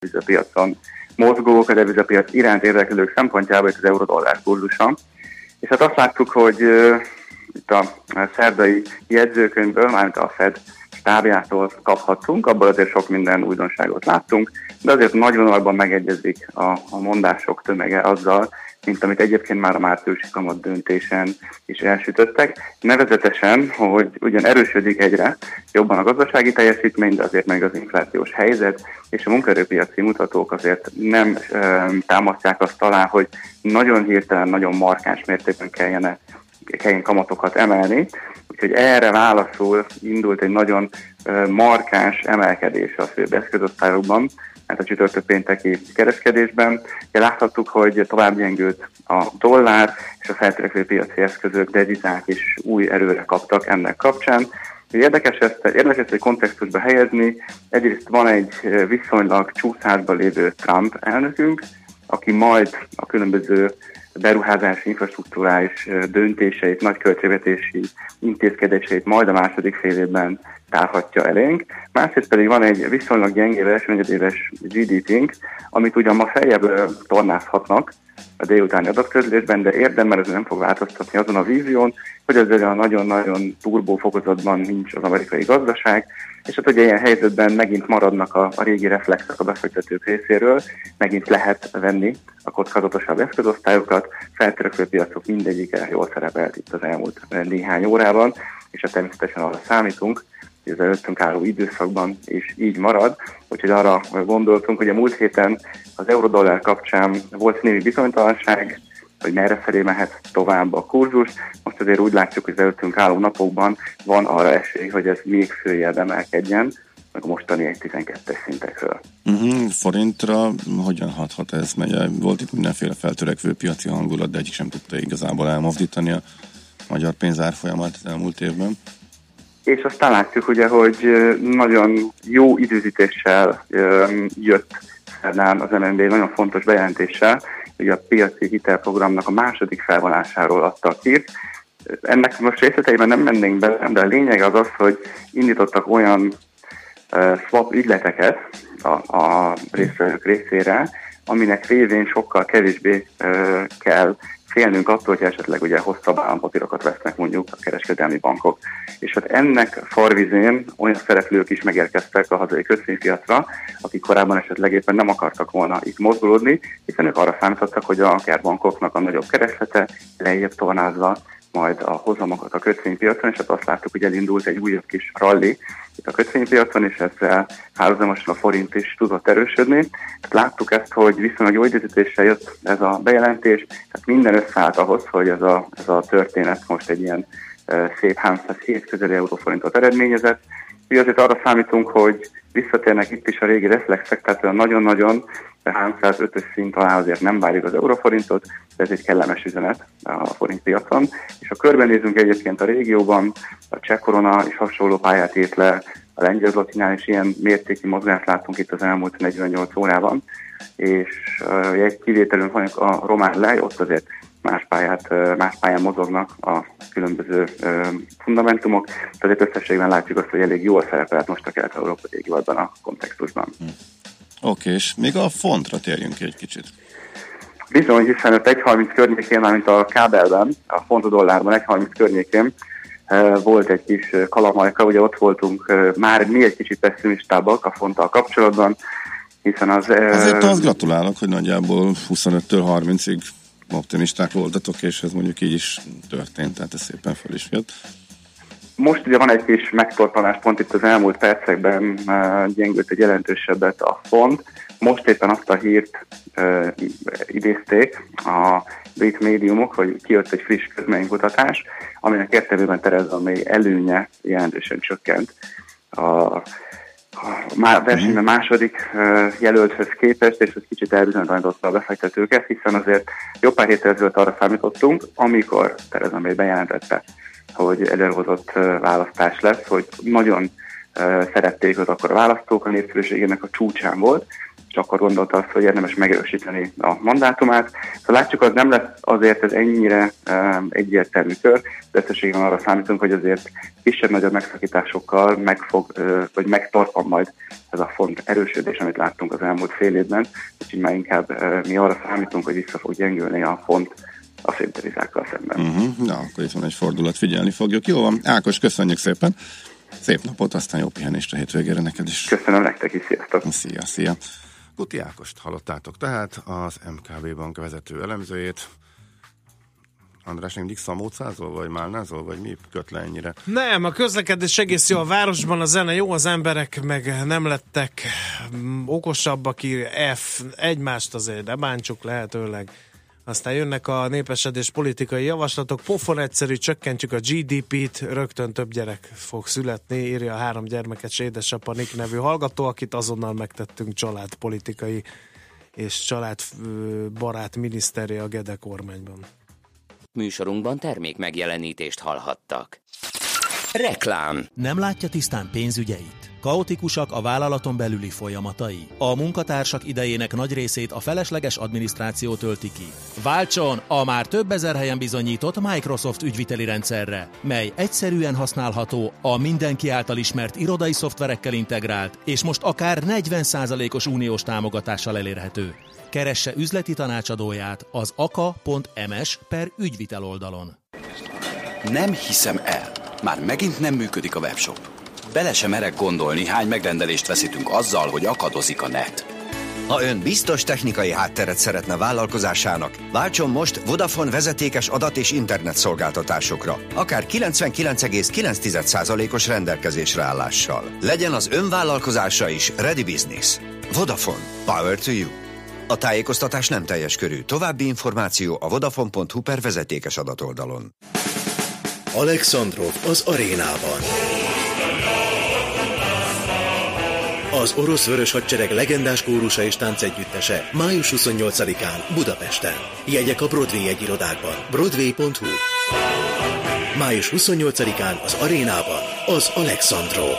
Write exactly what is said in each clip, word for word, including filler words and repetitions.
devizapiacon mozgók, a devizapiac iránt érdeklődők szempontjából itt az euró-dollár kurzusa. És hát azt láttuk, hogy uh, itt a szerdai jegyzőkönyvből, mármint a Fed stábjától kaphattunk, abból azért sok minden újdonságot láttunk, de azért nagy vonalban megegyezik a, a mondások tömege azzal, mint amit egyébként már a márciusi kamat döntésen is elsütöttek. Nevezetesen, hogy ugyan erősödik egyre jobban a gazdasági teljesítmény, de azért meg az inflációs helyzet, és a munkaerőpiaci mutatók azért nem e, támasztják azt alá, hogy nagyon hirtelen, nagyon markáns mértékben kellene, kelljen kamatokat emelni. Úgyhogy erre válaszul indult egy nagyon e, markáns emelkedés a főbb eszközosztályokban, hát a csütörtök pénteki kereskedésben. Láthattuk, hogy tovább gyengült a dollár, és a feltörekvő piaci eszközök, devizák is új erőre kaptak ennek kapcsán. Érdekes ezt, érdekes ezt egy kontextusba helyezni. Egyrészt van egy viszonylag csúszásban lévő Trump elnökünk, aki majd a különböző beruházási, infrastruktúrális döntéseit, nagy költségvetési intézkedéseit majd a második fél évben tárhatja elénk. Másrészt pedig van egy viszonylag gyengébb első negyedéves gé dé pé-nk, amit ugyan ma feljebb tornázhatnak a délutáni adatközlésben, de érdemben ez nem fog változtatni azon a vízión, hogy ez a nagyon-nagyon turbó fokozatban nincs az amerikai gazdaság, és hát ugye ilyen helyzetben megint maradnak a, a régi reflexek a befektetők részéről, megint lehet venni a kockázatosabb eszközosztályokat, feltörekvő piacok mindegyike jól szerepelt itt az elmúlt néhány órában, és hát természetesen arra számítunk, hogy az előttünk álló időszakban is így marad, úgyhogy arra gondoltunk, hogy a múlt héten az euró-dollár kapcsán volt némi bizonytalanság, hogy merre felé mehet tovább a kurzus. Most azért úgy látjuk, hogy az előttünk álló napokban van arra esély, hogy ez még följebb emelkedjen, meg a mostani egy tizenkettes szintekről. Uh-huh. Forintra hogyan hathat ez? Mert volt itt mindenféle feltörekvő piaci hangulat, de egyik sem tudta igazából elmozdítani a magyar pénzárfolyamát az elmúlt évben. És aztán látjuk ugye, hogy nagyon jó időzítéssel jött szerdán az em en bé nagyon fontos bejelentéssel, hogy a piaci hitelprogramnak a második felvonásáról adtak hírt. Ennek most részleteiben nem mennénk bele, de a lényeg az az, hogy indítottak olyan uh, swap ügyleteket a, a részvevők részére, aminek révén sokkal kevésbé uh, kell félnünk attól, hogy esetleg ugye hosszabb állampapírokat vesznek mondjuk a kereskedelmi bankok. És hát ennek farvizén olyan szereplők is megérkeztek a hazai kötvénypiacra, akik korábban esetleg éppen nem akartak volna itt mozgolódni, hiszen ők arra számítottak, hogy a kertbankoknak a nagyobb kereslete lejjebb tornázva majd a hozamokat a kötvénypiacon, és hát azt láttuk, hogy elindult egy újabb kis ralli itt a kötvénypiacon, és ezzel párhuzamosan a forint is tudott erősödni. Tehát láttuk ezt, hogy viszonylag jó időzítéssel jött ez a bejelentés, tehát minden összeállt ahhoz, hogy ez a, ez a történet most egy ilyen e, szép háromszázhét közeli euróforintot eredményezett. Mi azért arra számítunk, hogy visszatérnek itt is a régi reflexek, tehát olyan nagyon-nagyon háromszázötös szint alá azért nem várjuk az euróforintot, de ez egy kellemes üzenet a forint piacon. És ha körbenézünk egyébként a régióban, a cseh korona is hasonló pályát írt le, a lengyel zlotinál is ilyen mértékű mozgást láttunk itt az elmúlt negyvennyolc órában, és uh, egy kivételünk van a román lej, ott azért más, pályát, uh, más pályán mozognak a különböző uh, fundamentumok, tehát összességben látjuk azt, hogy elég jól szerepelt most a kelet-európai régió ebben a kontextusban. Hm. Oké, okay, és még a fontra térjünk ki egy kicsit. Bizony, hiszen ott egy harminc környékén, mármint a kábelben, a font dollárban egy harminc környékén uh, volt egy kis kalamajka, ugye ott voltunk uh, már mi egy kicsit pessimistábbak a fonttal kapcsolatban, hiszen az... Uh, Azért azt gratulálok, hogy nagyjából huszonöttől harmincig optimisták voltatok, és ez mondjuk így is történt, tehát ez szépen fel is jött. Most ugye van egy kis megtorpanáspont itt az elmúlt percekben, uh, gyengült egy jelentősebbet a font. Most éppen azt a hírt uh, idézték a brit médiumok, hogy kijött egy friss közménykutatás, aminek értelmében Theresa May előnye jelentősen csökkent a, a versenyben második uh, jelölthöz képest, és ez kicsit elbizonytalanította a befektetőket, hiszen azért jó pár héttel ezelőtt arra számítottunk, amikor Theresa May bejelentette, hogy előrehozott uh, választás lesz, hogy nagyon uh, szerették őt akkor a választók, a népszerűségének a csúcsán volt, és akkor gondolta azt, hogy érdemes megerősíteni a mandátumát. Szóval látjuk, az nem lesz azért ez ennyire um, egyértelmű kör, de összességében arra számítunk, hogy azért kisebb-nagyobb megszakításokkal megfog, uh, vagy megtorpan majd ez a font erősödés, amit láttunk az elmúlt fél évben, úgyhogy már inkább uh, mi arra számítunk, hogy vissza fog gyengülni a font a széndevizákkal szemben. Uh-huh. Na, akkor itt van egy fordulat, figyelni fogjuk. Jó van, Ákos, köszönjük szépen! Szép napot, aztán jó pihenést a hétvégére neked is. Köszönöm nektek is, sziasztok! Szia, szia! Kuti Ákost hallottátok tehát, az em ká bé Bank vezető elemzőjét. András, mindig szamócázol, vagy málnázol, vagy mi köt le ennyire? Nem, a közlekedés egész jó a városban, a zene jó, az emberek meg nem lettek okosabbak, aki F, egymást azért ne bántsuk lehetőleg. Aztán jönnek a népesedés politikai javaslatok, pofon egyszerű, csökkentjük a gé dé pét, rögtön több gyerek fog születni, írja a három gyermeket édesapa Nick nevű hallgató, akit azonnal megtettünk családpolitikai és családbarát miniszterje a Gede kormányban. Műsorunkban termék megjelenítést hallhattak. Reklám. Nem látja tisztán pénzügyeit? Kaotikusak a vállalaton belüli folyamatai? A munkatársak idejének nagy részét a felesleges adminisztráció tölti ki. Váltson a már több ezer helyen bizonyított Microsoft ügyviteli rendszerre, mely egyszerűen használható, a mindenki által ismert irodai szoftverekkel integrált, és most akár negyven százalékos uniós támogatással elérhető. Keresse üzleti tanácsadóját az aka.ms per ügyvitel oldalon. Nem hiszem el. Már megint nem működik a webshop. Bele sem merek gondolni, hány megrendelést veszítünk azzal, hogy akadozik a net. Ha ön biztos technikai hátteret szeretne vállalkozásának, váltson most Vodafone vezetékes adat- és internet szolgáltatásokra, akár kilencvenkilenc egész kilenc százalékos rendelkezésre állással. Legyen az ön vállalkozása is ready business. Vodafone. Power to you. A tájékoztatás nem teljes körű. További információ a vodafone pont hu per vezetékes adatoldalon. Alexandrov az arénában. Az orosz vörös hadsereg legendás kórusa és táncegyüttese május huszonnyolcadikán Budapesten. Jegyek a Broadway jegyirodákban. broadway pont hu. május huszonnyolcadikán az arénában az Alexandrov.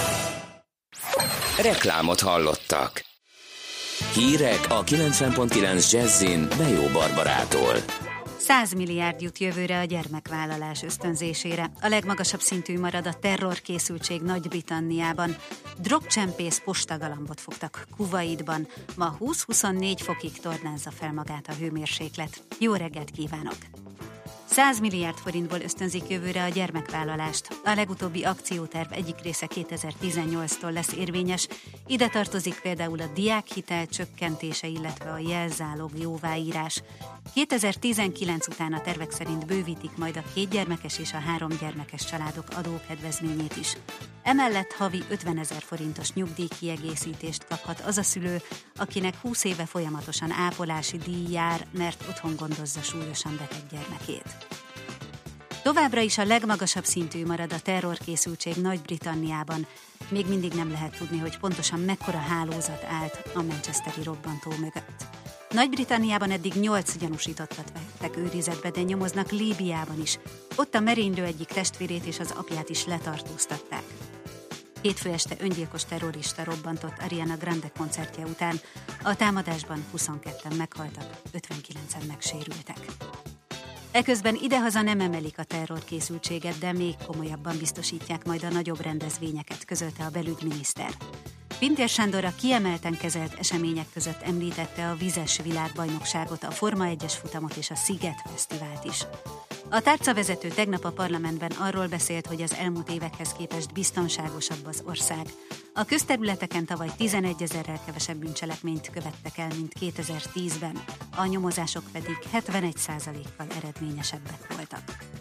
Reklámot hallottak. Hírek a kilencven pont kilenc Jazzin Bejó Barbarától. száz milliárd jut jövőre a gyermekvállalás ösztönzésére. A legmagasabb szintű marad a terrorkészültség Nagy-Britanniában. Drogcsempész postagalambot fogtak Kuwaitban. Ma húsz-huszonnégy fokig tornázza fel magát a hőmérséklet. Jó reggelt kívánok! száz milliárd forintból ösztönzik jövőre a gyermekvállalást. A legutóbbi akcióterv egyik része kétezer-tizennyolctól lesz érvényes. Ide tartozik például a diákhitel csökkentése, illetve a jelzálog jóváírás. kétezer-tizenkilenc után a tervek szerint bővítik majd a kétgyermekes és a háromgyermekes családok adókedvezményét is. Emellett havi ötvenezer forintos nyugdíjkiegészítést kaphat az a szülő, akinek húsz éve folyamatosan ápolási díj jár, mert otthon gondozza súlyosan beteg gyermekét. Továbbra is a legmagasabb szintű marad a terrorkészültség Nagy-Britanniában. Még mindig nem lehet tudni, hogy pontosan mekkora hálózat állt a manchesteri robbantó mögött. Nagy-Britanniában eddig nyolc gyanúsítottat vettek őrizetbe, de nyomoznak Líbiában is. Ott a merénylő egyik testvérét és az apját is letartóztatták. Hétfő este öngyilkos terrorista robbantott Ariana Grande koncertje után. A támadásban huszonketten meghaltak, ötvenkilencen megsérültek. Eközben idehaza nem emelik a terrorkészültséget, de még komolyabban biztosítják majd a nagyobb rendezvényeket, közölte a belügyminiszter. Pintér Sándor a kiemelten kezelt események között említette a vizes világbajnokságot, a Forma egyes futamot és a Sziget Fesztivált is. A tárcavezető tegnap a parlamentben arról beszélt, hogy az elmúlt évekhez képest biztonságosabb az ország. A közterületeken tavaly tizenegyezerrel kevesebb bűncselekményt követtek el, mint kétezer-tízben, a nyomozások pedig hetvenegy százalékkal eredményesebbek voltak.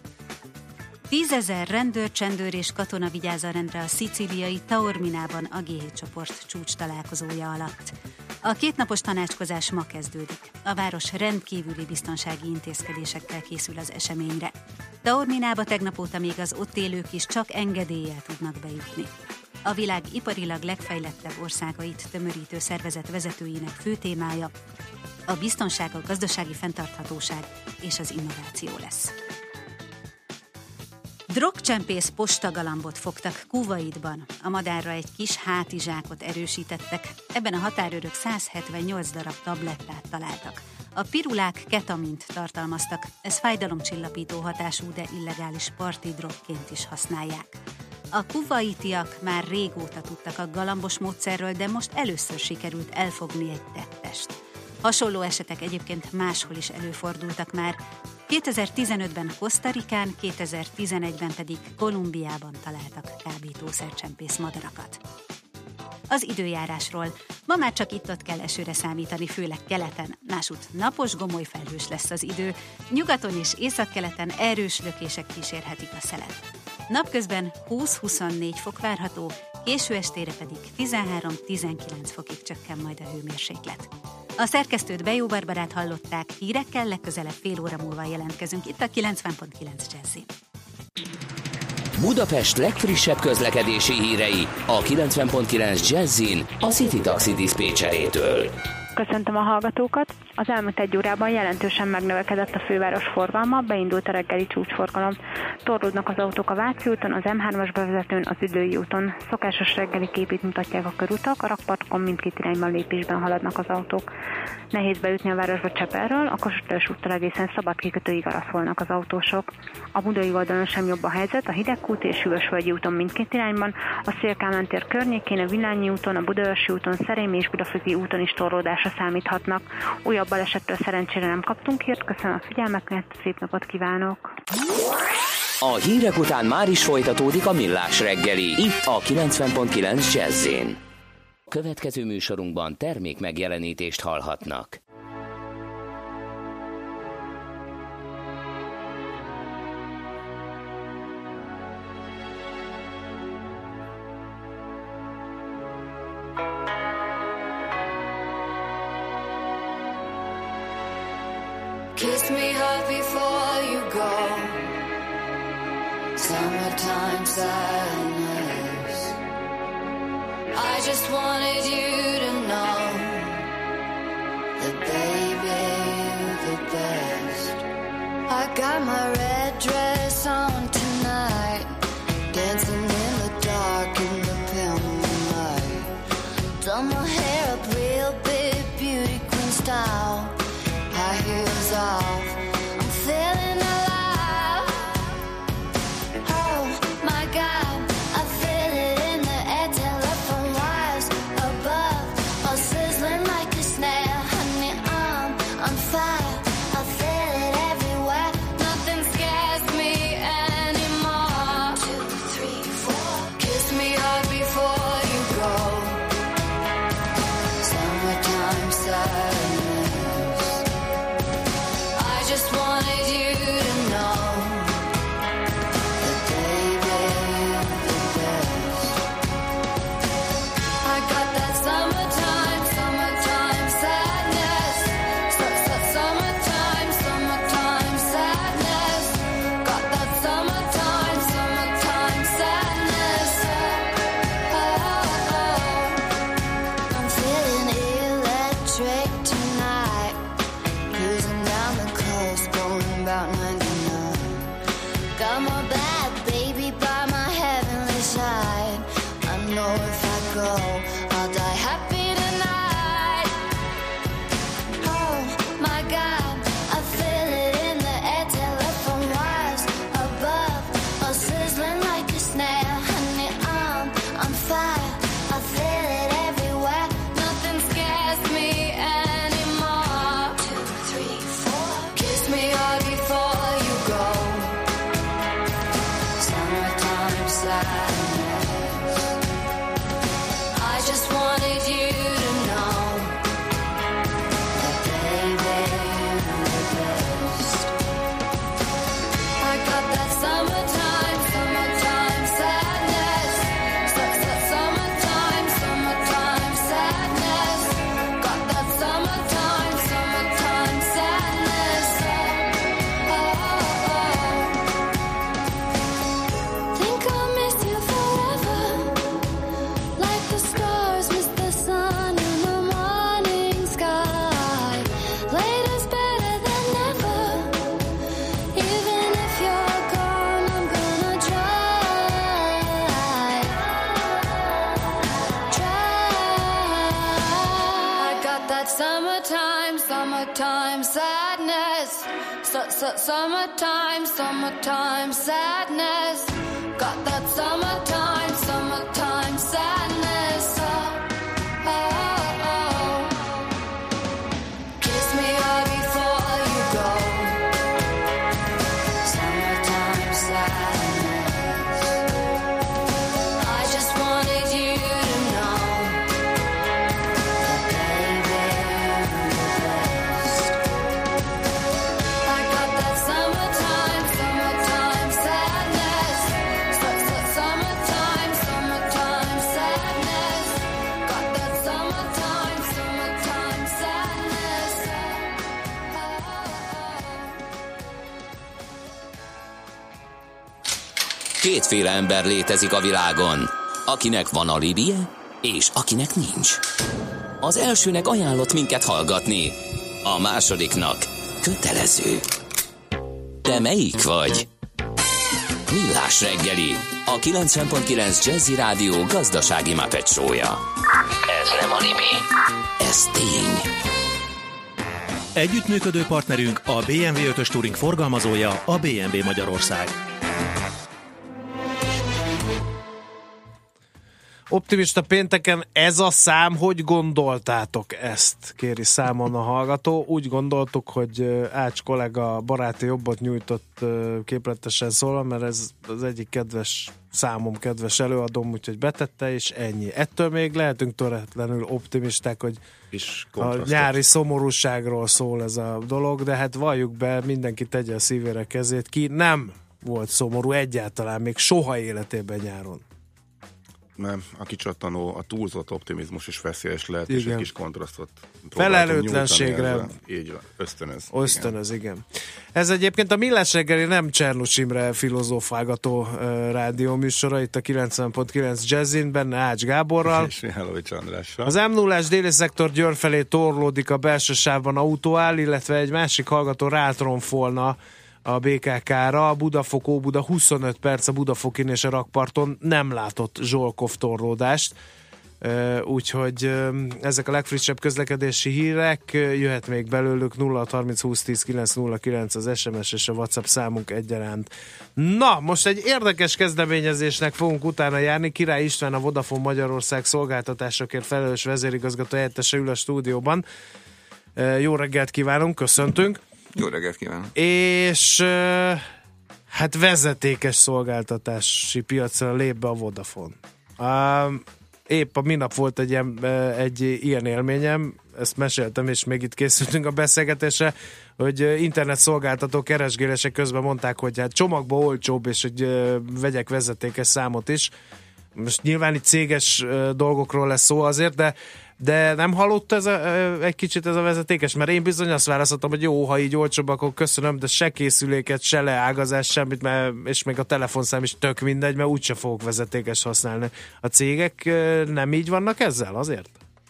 Tízezer rendőr, csendőr és katona vigyáz a rendre a szicíliai Taorminában a gé hét csoport csúcs találkozója alatt. A kétnapos tanácskozás ma kezdődik. A város rendkívüli biztonsági intézkedésekkel készül az eseményre. Taorminába tegnap óta még az ott élők is csak engedéllyel tudnak bejutni. A világ iparilag legfejlettebb országait tömörítő szervezet vezetőinek fő témája a biztonság, a gazdasági fenntarthatóság és az innováció lesz. Drogcsempész postagalambot fogtak Kuwaitban. A madárra egy kis hátizsákot erősítettek. Ebben a határőrök száz hetvennyolc darab tablettát találtak. A pirulák ketamint tartalmaztak. Ez fájdalomcsillapító hatású, de illegális parti drogként is használják. A kuwaitiak már régóta tudtak a galambos módszerről, de most először sikerült elfogni egy tettest. Hasonló esetek egyébként máshol is előfordultak már. kétezer-tizenötben Costa Ricán, kétezer-tizenegyben pedig Kolumbiában találtak kábítószercsempész madarakat. Az időjárásról. Ma már csak itt-ott kell esőre számítani, főleg keleten. Másút napos, gomoly felhős lesz az idő. Nyugaton és északkeleten erős lökések kísérhetik a szelet. Napközben húsz-huszonnégy fok várható, késő estére pedig tizenhárom-tizenkilenc fokig csökken majd a hőmérséklet. A szerkesztőt Bejó Barbarát hallották, hírekkel legközelebb fél óra múlva jelentkezünk itt a kilencven pont kilenc Jazzin. Budapest legfrissebb közlekedési hírei a kilencven pont kilenc Jazzin a City Taxi diszpécserétől. Köszöntöm a hallgatókat! Az elmúlt egy órában jelentősen megnövekedett a főváros forgalma, beindult a reggeli csúcsforgalom. Torlódnak az autók a Váci úton, az em hármas bevezetőn, az Üllői úton. Szokásos reggeli képét mutatják a körutak, a rakparton mindkét irányban lépésben haladnak az autók. Nehéz bejutni a városba Csepelről, a Kossuth Lajos úttól egészen Szabad kikötőig araszolnak az autósok. A budai oldalon sem jobb a helyzet, a Hidegkút és Hűvösvölgyi úton mindkét irányban, a Széll-Kálmán tér környékén, a Villányi úton, a Budaörsi úton, Szerémi és Budafoki úton is torlódásra számíthatnak. Újabb balesettől szerencsére nem kaptunk hírt, köszönöm a figyelmeket, szép napot kívánok! A hírek után már is folytatódik a Millás reggeli, itt a kilencven pont kilenc Jazzin. Következő műsorunkban termék megjelenítést hallhatnak. Kiss me hard before you go. Summertime sadness. I just wanted you to know that baby you're the best. I got my red dress on tonight, dancing in the dark in the pale moonlight. Done my hair up real big, beauty queen style. High heels off, I'm feeling alive. Oh my God, I feel it in the air, telephone wires above, all sizzling like a snare. Honey, I'm on fire, I feel it everywhere. Nothing scares me summertime, summertime sadness. Su- su- summertime, summertime sadness. Got that summertime, summertime sadness. Oh, oh, oh. Kiss me hard before you go. Summertime sadness. I just wanted you to know that baby you're the best. I got that summertime, summertime sadness. Su- su- summertime, summertime sadness. Got that summertime, summertime sadness. Oh, Kétféle ember létezik a világon, akinek van alibije, és akinek nincs. Az elsőnek ajánlott minket hallgatni, a másodiknak kötelező. Te melyik vagy? Millás reggeli, a kilencven pont kilenc Jazzy Rádió gazdasági Muppet show-ja. Ez nem alibi, ez tény. Együttműködő partnerünk a bé em vé ötös Touring forgalmazója, a bé em vé Magyarország. Optimista pénteken ez a szám, hogy gondoltátok ezt? Kéri számon a hallgató. Úgy gondoltuk, hogy Ács kollega baráti jobbot nyújtott képletesen szólva, mert ez az egyik kedves számom, kedves előadóm, úgyhogy betette, és ennyi. Ettől még lehetünk töretlenül optimisták, hogy a nyári szomorúságról szól ez a dolog, de hát valljuk be, mindenki tegye a szívére kezét, ki nem volt szomorú egyáltalán, még soha életében nyáron. Mert a kicsattanó, a túlzott optimizmus is veszélyes lehet, igen. És egy kis kontrasztot felelőtlenségre így van, ösztönöz. Ösztönöz, igen. igen. Ez egyébként a Millás reggeli nem Csernus Imre filozófálgató uh, rádió műsora, itt a kilencven pont kilenc Jazzin, benne Ács Gáborral. És Mihálovics Andrással. Az em nullás déli szektor Győr felé torlódik, a belső sávban autó áll, illetve egy másik hallgató rátronfolna a bé ká ká-ra, Budafok, Óbuda huszonöt perc a Budafokin és a rakparton nem látott Zsolkov torlódást, úgyhogy ezek a legfrissebb közlekedési hírek, jöhet még belőlük nulla hat harminc húsz tíz kilenc nulla kilenc az es em es és a WhatsApp számunk egyaránt. Na, most egy érdekes kezdeményezésnek fogunk utána járni. Király István, a Vodafone Magyarország szolgáltatásokért felelős vezérigazgató helyettese ül a stúdióban. Jó reggelt kívánunk, köszöntünk! Jó reggelt kívánok! És hát vezetékes szolgáltatási piacra lép be a Vodafone. Uh, épp a minap volt egy, egy ilyen élményem, ezt meséltem, és még itt készültünk a beszélgetésre, hogy internet szolgáltató keresgélések közben mondták, hogy hát csomagba olcsóbb, és hogy vegyek vezetékes számot is. Most nyilván itt céges dolgokról lesz szó azért, de De nem hallott ez a, egy kicsit ez a vezetékes? Mert én bizony azt választottam, hogy jó, ha így olcsóbb, akkor köszönöm, de se készüléket, se leágazás, semmit, mert, és még a telefonszám is tök mindegy, mert úgyse fogok vezetékes használni. A cégek nem így vannak ezzel azért?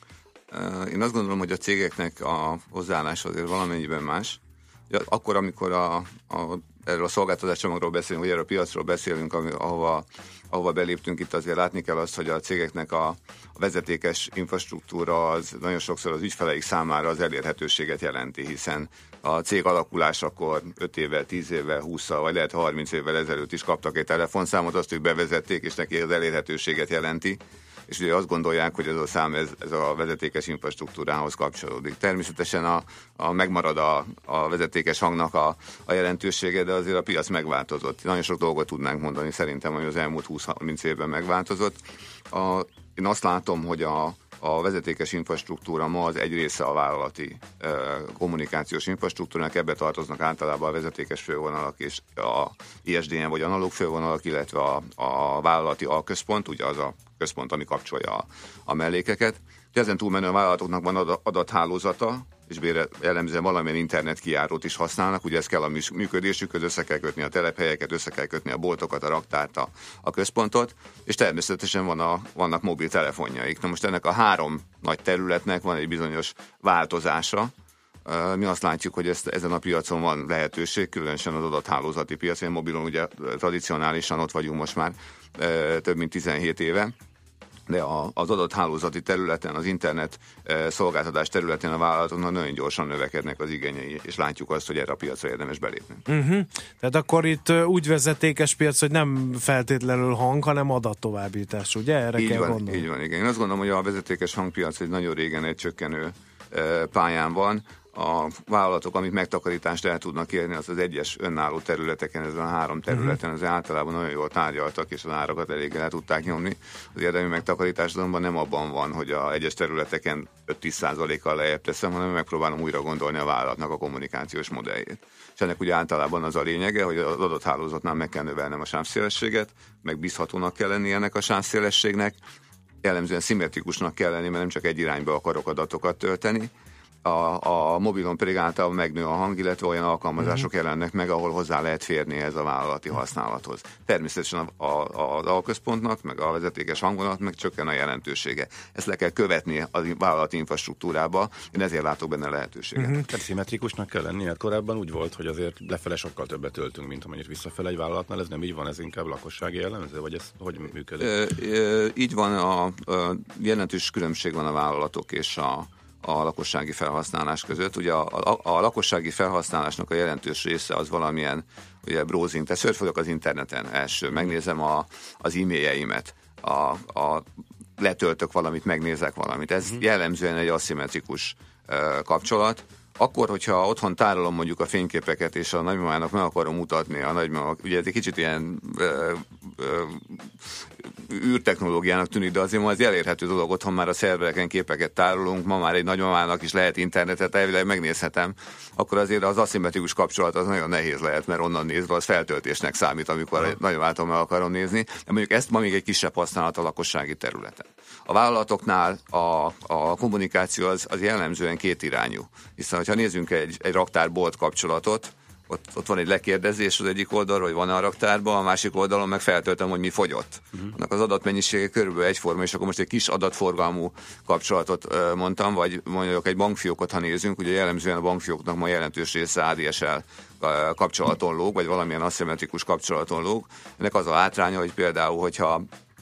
Én azt gondolom, hogy a cégeknek a hozzáállása azért valamennyiben más. Akkor, amikor a, a, erről a szolgáltatás csomagról beszélünk, vagy erről a piacról beszélünk, ahova ahova beléptünk, itt azért látni kell azt, hogy a cégeknek a, a vezetékes infrastruktúra az nagyon sokszor az ügyfeleik számára az elérhetőséget jelenti, hiszen a cég alakulásakor öt évvel, tíz évvel, hússzal, vagy lehet harminc évvel ezelőtt is kaptak egy telefonszámot, azt ők bevezették, és neki az elérhetőséget jelenti, és ugye azt gondolják, hogy ez a szám ez, ez a vezetékes infrastruktúrához kapcsolódik. Természetesen a, a megmarad a, a vezetékes hangnak a, a jelentősége, de azért a piac megváltozott. Nagyon sok dolgot tudnánk mondani szerintem, hogy az elmúlt húsz-harminc évben megváltozott. A, én azt látom, hogy a, a vezetékes infrastruktúra ma az egy része a vállalati e, kommunikációs infrastruktúrának, ebbe tartoznak általában a vezetékes fővonalak és a i es dé en vagy analóg fővonalak, illetve a, a vállalati alközpont, ugye az a központ, ami kapcsolja a, a mellékeket. De ezen túlmenő vállalatoknak van adathálózata, és jellemzően valamilyen internetkijárót is használnak, ugye ez kell a működésükhöz, össze kell kötni a telephelyeket, össze kell kötni a boltokat, a raktárt, a, a központot, és természetesen van a, vannak mobiltelefonjaik. Na most ennek a három nagy területnek van egy bizonyos változása. Mi azt látjuk, hogy ezt, ezen a piacon van lehetőség, különösen az adathálózati piacon, mobilon ugye tradicionálisan ott vagyunk most már több mint tizenhét éve, de a, az adott hálózati területen, az internet e, szolgáltatás területén a vállalatoknak nagyon gyorsan növekednek az igényei, és látjuk azt, hogy erre a piacra érdemes belépni. Uh-huh. Tehát akkor itt úgy vezetékes piac, hogy nem feltétlenül hang, hanem adattovábbítás, ugye? Erre így kell van, gondolni. Így van, igen. Én azt gondolom, hogy a vezetékes hangpiac egy nagyon régen egy csökkenő e, pályán van. A vállalatok, amik megtakarítást el tudnak érni, az az egyes önálló területeken, ezen a három területen, az általában nagyon jól tárgyaltak, és az árakat eléggé le tudták nyomni. Az érdemi megtakarítás azonban nem abban van, hogy a egyes területeken öt-tíz százalékkal lejjebb teszem, hanem megpróbálom újra gondolni a vállalatnak a kommunikációs modelljét. És ennek ugye általában az a lényege, hogy az adott hálózatnál meg kell növelnem a sávszélességet, megbízhatónak kell lenni ennek a sávszélességnek, jellemzően szimmetrikusnak kell lenni, mert nem csak egy irányba akarok adatokat tölteni. A, a mobilon pedig általában megnő a hang, illetve olyan alkalmazások uh-huh. jelennek meg, ahol hozzá lehet férni ez a vállalati használathoz. Természetesen a, a, az alközpontnak, meg a vezetékes hangonat meg csökken a jelentősége. Ezt le kell követni a vállalati infrastruktúrába, én ezért látok benne lehetőséget. Uh-huh. Tehát szimmetrikusnak kell lenni, mert korábban úgy volt, hogy azért lefele sokkal többet töltünk, mint amennyit visszafele egy vállalatnál, ez nem így van, ez inkább lakossági jellemző, vagy ez hogy működik? Ö, ö, így van, a, a jelentős különbség van a vállalatok és a a lakossági felhasználás között. Ugye a, a, a lakossági felhasználásnak a jelentős része az valamilyen ugye browsing, tehát szörfölök az interneten első, megnézem a, az e-mailjeimet, a, a, letöltök valamit, megnézek valamit. Ez uh-huh. jellemzően egy aszimmetrikus uh, kapcsolat. Akkor, hogyha otthon tárolom mondjuk a fényképeket, és a nagymamának meg akarom mutatni, a nagymama, ugye ez egy kicsit ilyen ö, ö, űrtechnológiának tűnik, de azért ma az elérhető dolog, otthon már a szervereken képeket tárolunk, ma már egy nagymamának is lehet internetet, elvileg megnézhetem, akkor azért az aszimmetrikus kapcsolat az nagyon nehéz lehet, mert onnan nézve az feltöltésnek számít, amikor egy nagymamától meg akarom nézni, de mondjuk ezt ma még egy kisebb használat a lakossági területen. A vállalatoknál a, a kommunikáció az, az jellemzően kétirányú, hiszen ha nézzünk egy, egy raktárbolt kapcsolatot, ott, ott van egy lekérdezés az egyik oldalról, hogy van-e a raktárban, a másik oldalon meg feltöltöm, hogy mi fogyott. Uh-huh. Annak az adatmennyisége körülbelül egyforma, és akkor most egy kis adatforgalmú kapcsolatot uh, mondtam, vagy mondjuk egy bankfiókot, ha nézzünk, ugye jellemzően a bankfióknak ma jelentős része á dé es el kapcsolaton lóg, vagy valamilyen aszimmetrikus kapcsolaton lóg. Ennek az a hátránya, hogy például, hogyha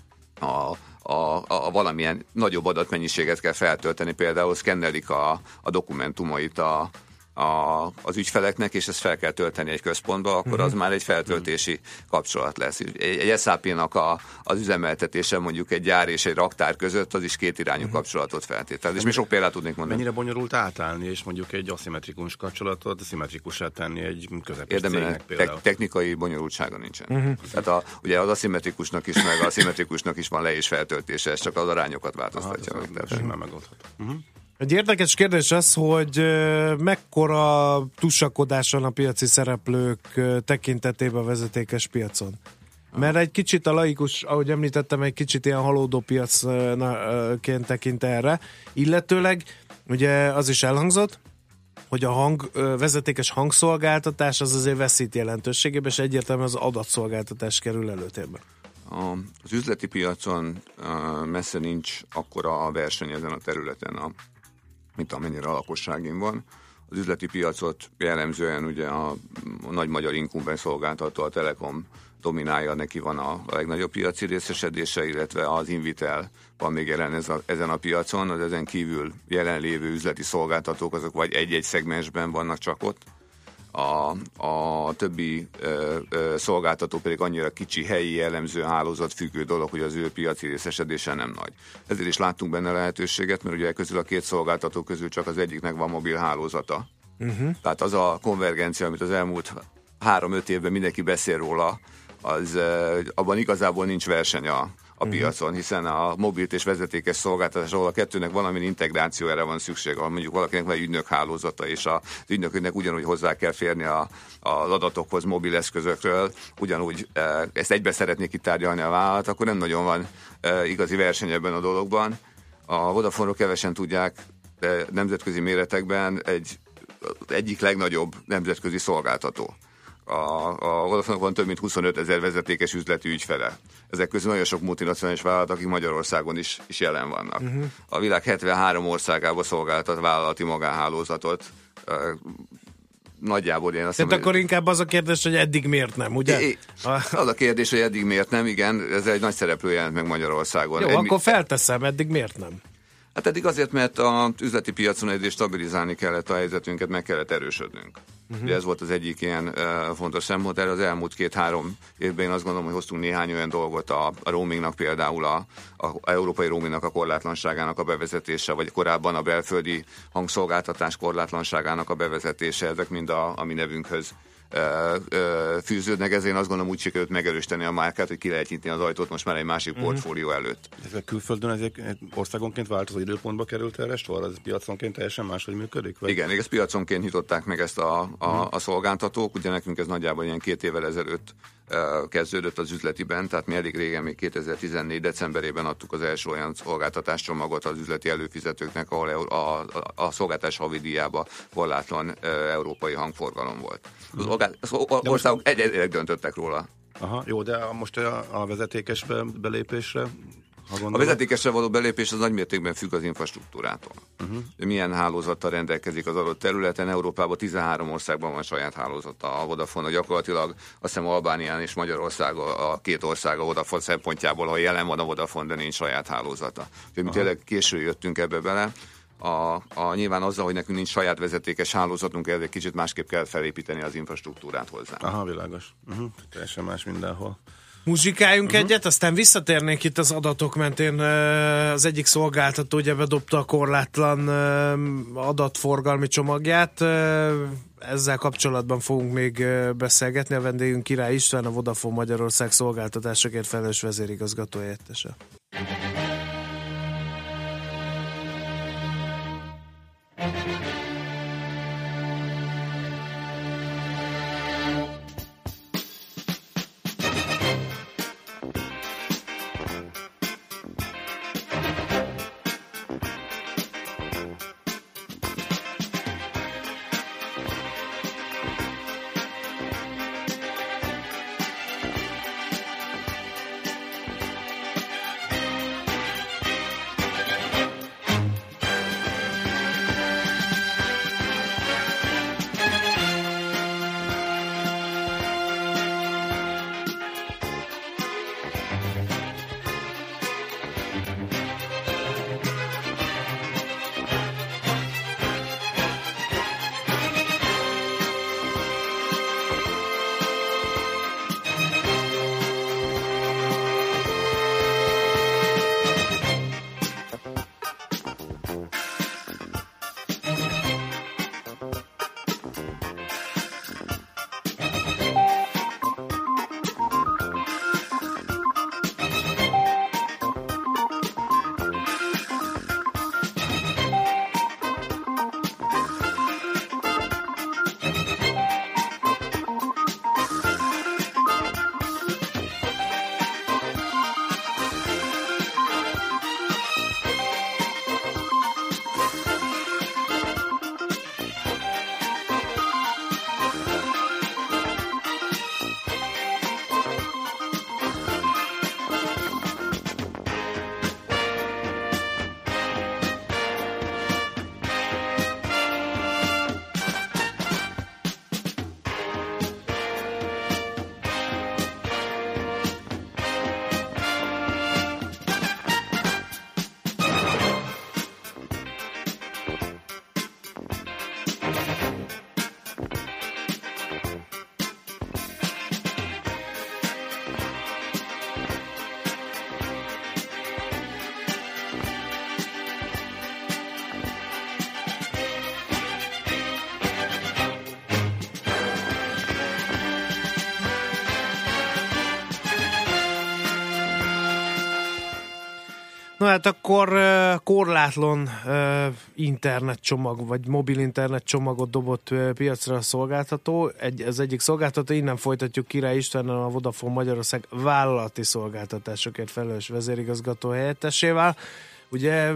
a A, a, a valamilyen nagyobb adatmennyiséget kell feltölteni, például szkennelik a, a dokumentumait a, a, az ügyfeleknek, és ezt fel kell tölteni egy központba, akkor az már egy feltöltési kapcsolat lesz. Egy, egy es á pé-nak a, az üzemeltetése mondjuk egy gyár és egy raktár között, az is kétirányú kapcsolatot feltétel. És mi sok példát tudnék mondani. Mennyire bonyolult átállni, és mondjuk egy aszimmetrikus kapcsolatot szimmetrikussá tenni egy közepes cégnek például? Te- technikai bonyolultsága nincsen. Uh-huh. Tehát a, ugye az aszimmetrikusnak is, meg a szimmetrikusnak is van le- és feltöltése, ez csak az arányokat változtatja. Aha, ez simán megoldható. Uh-huh. Egy érdekes kérdés az, hogy mekkora tusakodás van a piaci szereplők tekintetében a vezetékes piacon. Mert egy kicsit a laikus, ahogy említettem, egy kicsit ilyen halódó piacként tekint erre. Illetőleg ugye az is elhangzott, hogy a hang, vezetékes hangszolgáltatás az azért veszít jelentőségében, és egyértelműen az adatszolgáltatás kerül előtérbe. Az üzleti piacon messze nincs akkora a verseny ezen a területen, a, mint amennyire a lakosságén van. Az üzleti piacot jellemzően ugye a, a nagy magyar incumbens szolgáltató, a Telekom dominálja, neki van a, a legnagyobb piaci részesedése, illetve az Invitel van még jelen ez a, ezen a piacon, az ezen kívül jelenlévő üzleti szolgáltatók, azok vagy egy-egy szegmensben vannak csak ott. A, a többi ö, ö, szolgáltató pedig annyira kicsi, helyi, jellemző, hálózatfüggő dolog, hogy az ő piaci részesedése nem nagy. Ezért is láttunk benne lehetőséget, mert ugye közül a két szolgáltató közül csak az egyiknek van mobil hálózata. Uh-huh. Tehát az a konvergencia, amit az elmúlt három-öt évben mindenki beszél róla, az abban igazából nincs verseny a, a piacon, hiszen a mobilt és vezetékes szolgáltatás, ahol a kettőnek valamilyen integrációjára van szükség, ahol mondjuk valakinek van egy ügynök hálózata, és az ügynököknek ugyanúgy hozzá kell férni a, az adatokhoz mobil eszközökről, ugyanúgy ezt egybe szeretnék kitárgyalni a vállalat, akkor nem nagyon van igazi verseny ebben a dologban. A Vodafoneról kevesen tudják, de nemzetközi méretekben egy egyik legnagyobb nemzetközi szolgáltató. A, a Vodafone van több mint huszonöt ezer vezetékes üzleti ügyfele. Ezek közül nagyon sok multinacionális vállalat, akik Magyarországon is, is jelen vannak. Uh-huh. A világ hetvenhárom országában szolgáltat vállalati magánhálózatot. nagyjából én azt Tehát mondom, akkor inkább az a kérdés, hogy eddig miért nem, ugye? É, az a kérdés, hogy eddig miért nem, igen, ez egy nagy szereplő jelent meg Magyarországon. Jó, egy, akkor felteszem, eddig miért nem? Hát eddig azért, mert az üzleti piacon egyrészt stabilizálni kellett a helyzetünket, meg kellett erősödnünk. Uh-huh. Ugye ez volt az egyik ilyen uh, fontos szempont. Erre az elmúlt két-három évben én azt gondolom, hogy hoztunk néhány olyan dolgot a, a roamingnak, például a, a, a európai roamingnak a korlátlanságának a bevezetése, vagy korábban a belföldi hangszolgáltatás korlátlanságának a bevezetése, ezek mind a, a mi nevünkhöz fűződnek, ezért azt gondolom úgy sikerült megerősíteni a márkát, hogy ki lehet nyitni az ajtót most már egy másik uh-huh. portfólió előtt. Ez a külföldön ezek országonként változó időpontba került erre sor? Ez piaconként teljesen máshogy működik? Vagy? Igen, ez piaconként nyitották meg ezt a, a, uh-huh. a szolgáltatók, ugye nekünk ez nagyjából ilyen két évvel ezelőtt uh, kezdődött az üzletiben, tehát mi elég régen, még kétezer-tizennégy decemberében adtuk az első olyan szolgáltatáscsomagot az üzleti előfizetőknek, ahol a, a, a szolgáltatás havidíjába korlátlan uh, európai hangforgalom volt. Uh-huh. Az országok egyedileg döntöttek róla. Aha, jó, de most a, a vezetékes be, belépésre? A vezetékesre való belépés az nagymértékben függ az infrastruktúrától. Uh-huh. Milyen hálózattal rendelkezik az adott területen. Európában tizenhárom országban van saját hálózata a Vodafone. Gyakorlatilag azt hiszem Albánián és Magyarország a két ország a Vodafone szempontjából, ha jelen van a Vodafone, de nincs saját hálózata. Úgyhogy mi tényleg késő jöttünk ebbe bele. A, a, nyilván azzal, hogy nekünk nincs saját vezetékes hálózatunk, ezért kicsit másképp kell felépíteni az infrastruktúrát hozzá. Aha, világos. Uh-huh. Teljesen más mindenhol. Muzsikáljunk uh-huh. egyet, aztán visszatérnénk itt az adatok mentén. Az egyik szolgáltató ugye bedobta a korlátlan adatforgalmi csomagját. Ezzel kapcsolatban fogunk még beszélgetni. A vendégünk Király István, a Vodafone Magyarország szolgáltatásokért felelős vezérigazgató helyettese. Na hát akkor uh, korlátlan uh, internetcsomag, vagy mobil internetcsomagot dobott uh, piacra a szolgáltató. Egy, az egyik szolgáltató, innen folytatjuk Király Istvánnal, a Vodafone Magyarország vállalati szolgáltatásokért felelős vezérigazgató helyettesével. Ugye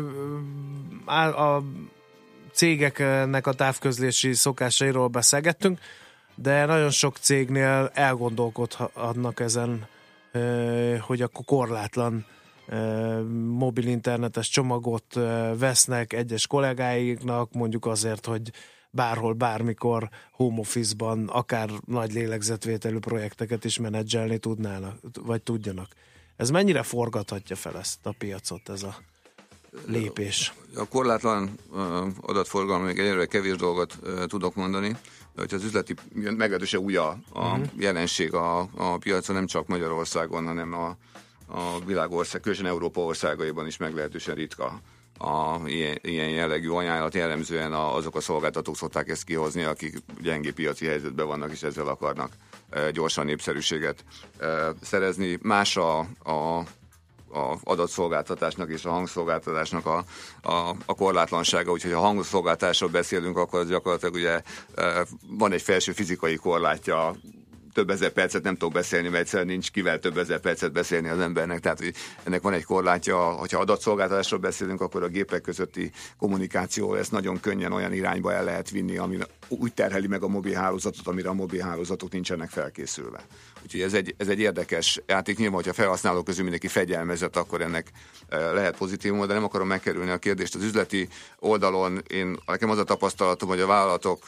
a cégeknek a távközlési szokásairól beszélgettünk, de nagyon sok cégnél elgondolkodhatnak ezen, hogy akkor korlátlan mobil internetes csomagot vesznek egyes kollégáiknak, mondjuk azért, hogy bárhol, bármikor home office-ban akár nagy lélegzetvételű projekteket is menedzselni tudnának, vagy tudjanak. Ez mennyire forgathatja fel ezt a piacot, ez a lépés? A korlátlan adatforgalom, még egyre kevés dolgot tudok mondani, de hogyha az üzleti, meglehetősen új a, a uh-huh. jelenség a, a piacon, nem csak Magyarországon, hanem a, a világország, különösen Európa országaiban is meglehetősen ritka a ilyen, ilyen jellegű ajánlat. Jellemzően a, azok a szolgáltatók szokták ezt kihozni, akik gyengé piaci helyzetben vannak, és ezzel akarnak e, gyorsan népszerűséget e, szerezni. Más a, a a adatszolgáltatásnak és a hangszolgáltatásnak a, a, a korlátlansága, úgyhogy ha hangszolgáltatásról beszélünk, akkor az gyakorlatilag ugye van egy felső fizikai korlátja, több ezer percet nem tudok beszélni, mert egyszerűen nincs kivel több ezer percet beszélni az embernek, tehát hogy ennek van egy korlátja. Hogyha adatszolgáltatásról beszélünk, akkor a gépek közötti kommunikáció ezt nagyon könnyen olyan irányba el lehet vinni, ami úgy terheli meg a mobilhálózatot, amire a mobilhálózatok nincsenek felkészülve. Úgyhogy ez egy, ez egy érdekes játék. Nyilván, hogyha a felhasználók közül mindenki fegyelmezett, akkor ennek lehet pozitívum, de nem akarom megkerülni a kérdést. Az üzleti oldalon én, nekem az a tapasztalatom, hogy a vállalatok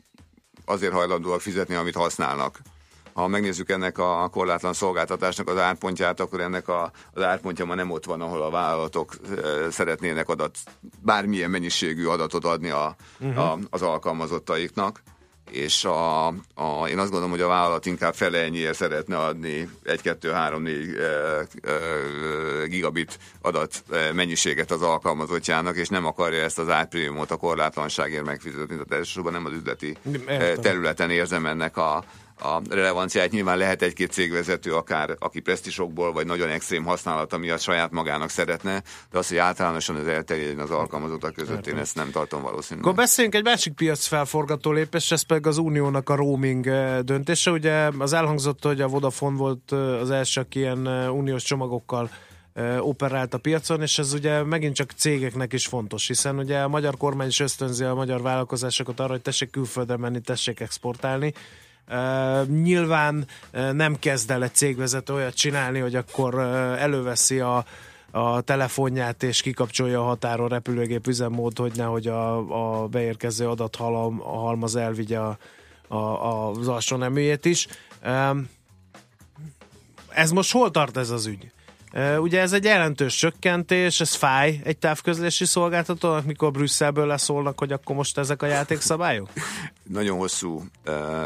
azért hajlandóak fizetni, amit használnak. Ha megnézzük ennek a korlátlan szolgáltatásnak az árpontját, akkor ennek a, az árpontja ma nem ott van, ahol a vállalatok e, szeretnének adat, bármilyen mennyiségű adatot adni a, uh-huh. a, az alkalmazottaiknak. És a, a, én azt gondolom, hogy a vállalat inkább fele ennyiért szeretne adni egy, kettő, három, négy e, e, gigabit adat e, mennyiséget az alkalmazottjának, és nem akarja ezt az árprémiumot a korlátlanságért megfizetni. Tehát elsősorban nem az üzleti e, területen érzem ennek a a relevanciát. Nyilván lehet egy-két cégvezető, akár aki presztisokból, vagy nagyon extrém használata miatt saját magának szeretne, de az, hogy általánosan az elterjedjen az alkalmazottak között, én ezt nem tartom valószínűleg. Akkor beszéljünk egy másik piac felforgató lépés, ez pedig az Uniónak a roaming döntése. Ugye az elhangzott, hogy a Vodafone volt az első, aki ilyen uniós csomagokkal operált a piacon, és ez ugye megint csak cégeknek is fontos, hiszen ugye a magyar kormány is ösztönzi a magyar vállalkozásokat arra, hogy tessék külföldre menni, tessék exportálni. Uh, nyilván uh, nem kezd el egy cégvezető olyat csinálni, hogy akkor uh, előveszi a, a telefonját és kikapcsolja a határon repülőgép üzemmód, hogy nehogy a, a beérkező adathalmaz elvigye a, a, az alsó neműjét is. Uh, ez most hol tart ez az ügy? Uh, ugye ez egy jelentős csökkentés, ez fáj egy távközlési szolgáltatónak, mikor Brüsszelből leszólnak, hogy akkor most ezek a játékszabályok? Nagyon hosszú uh,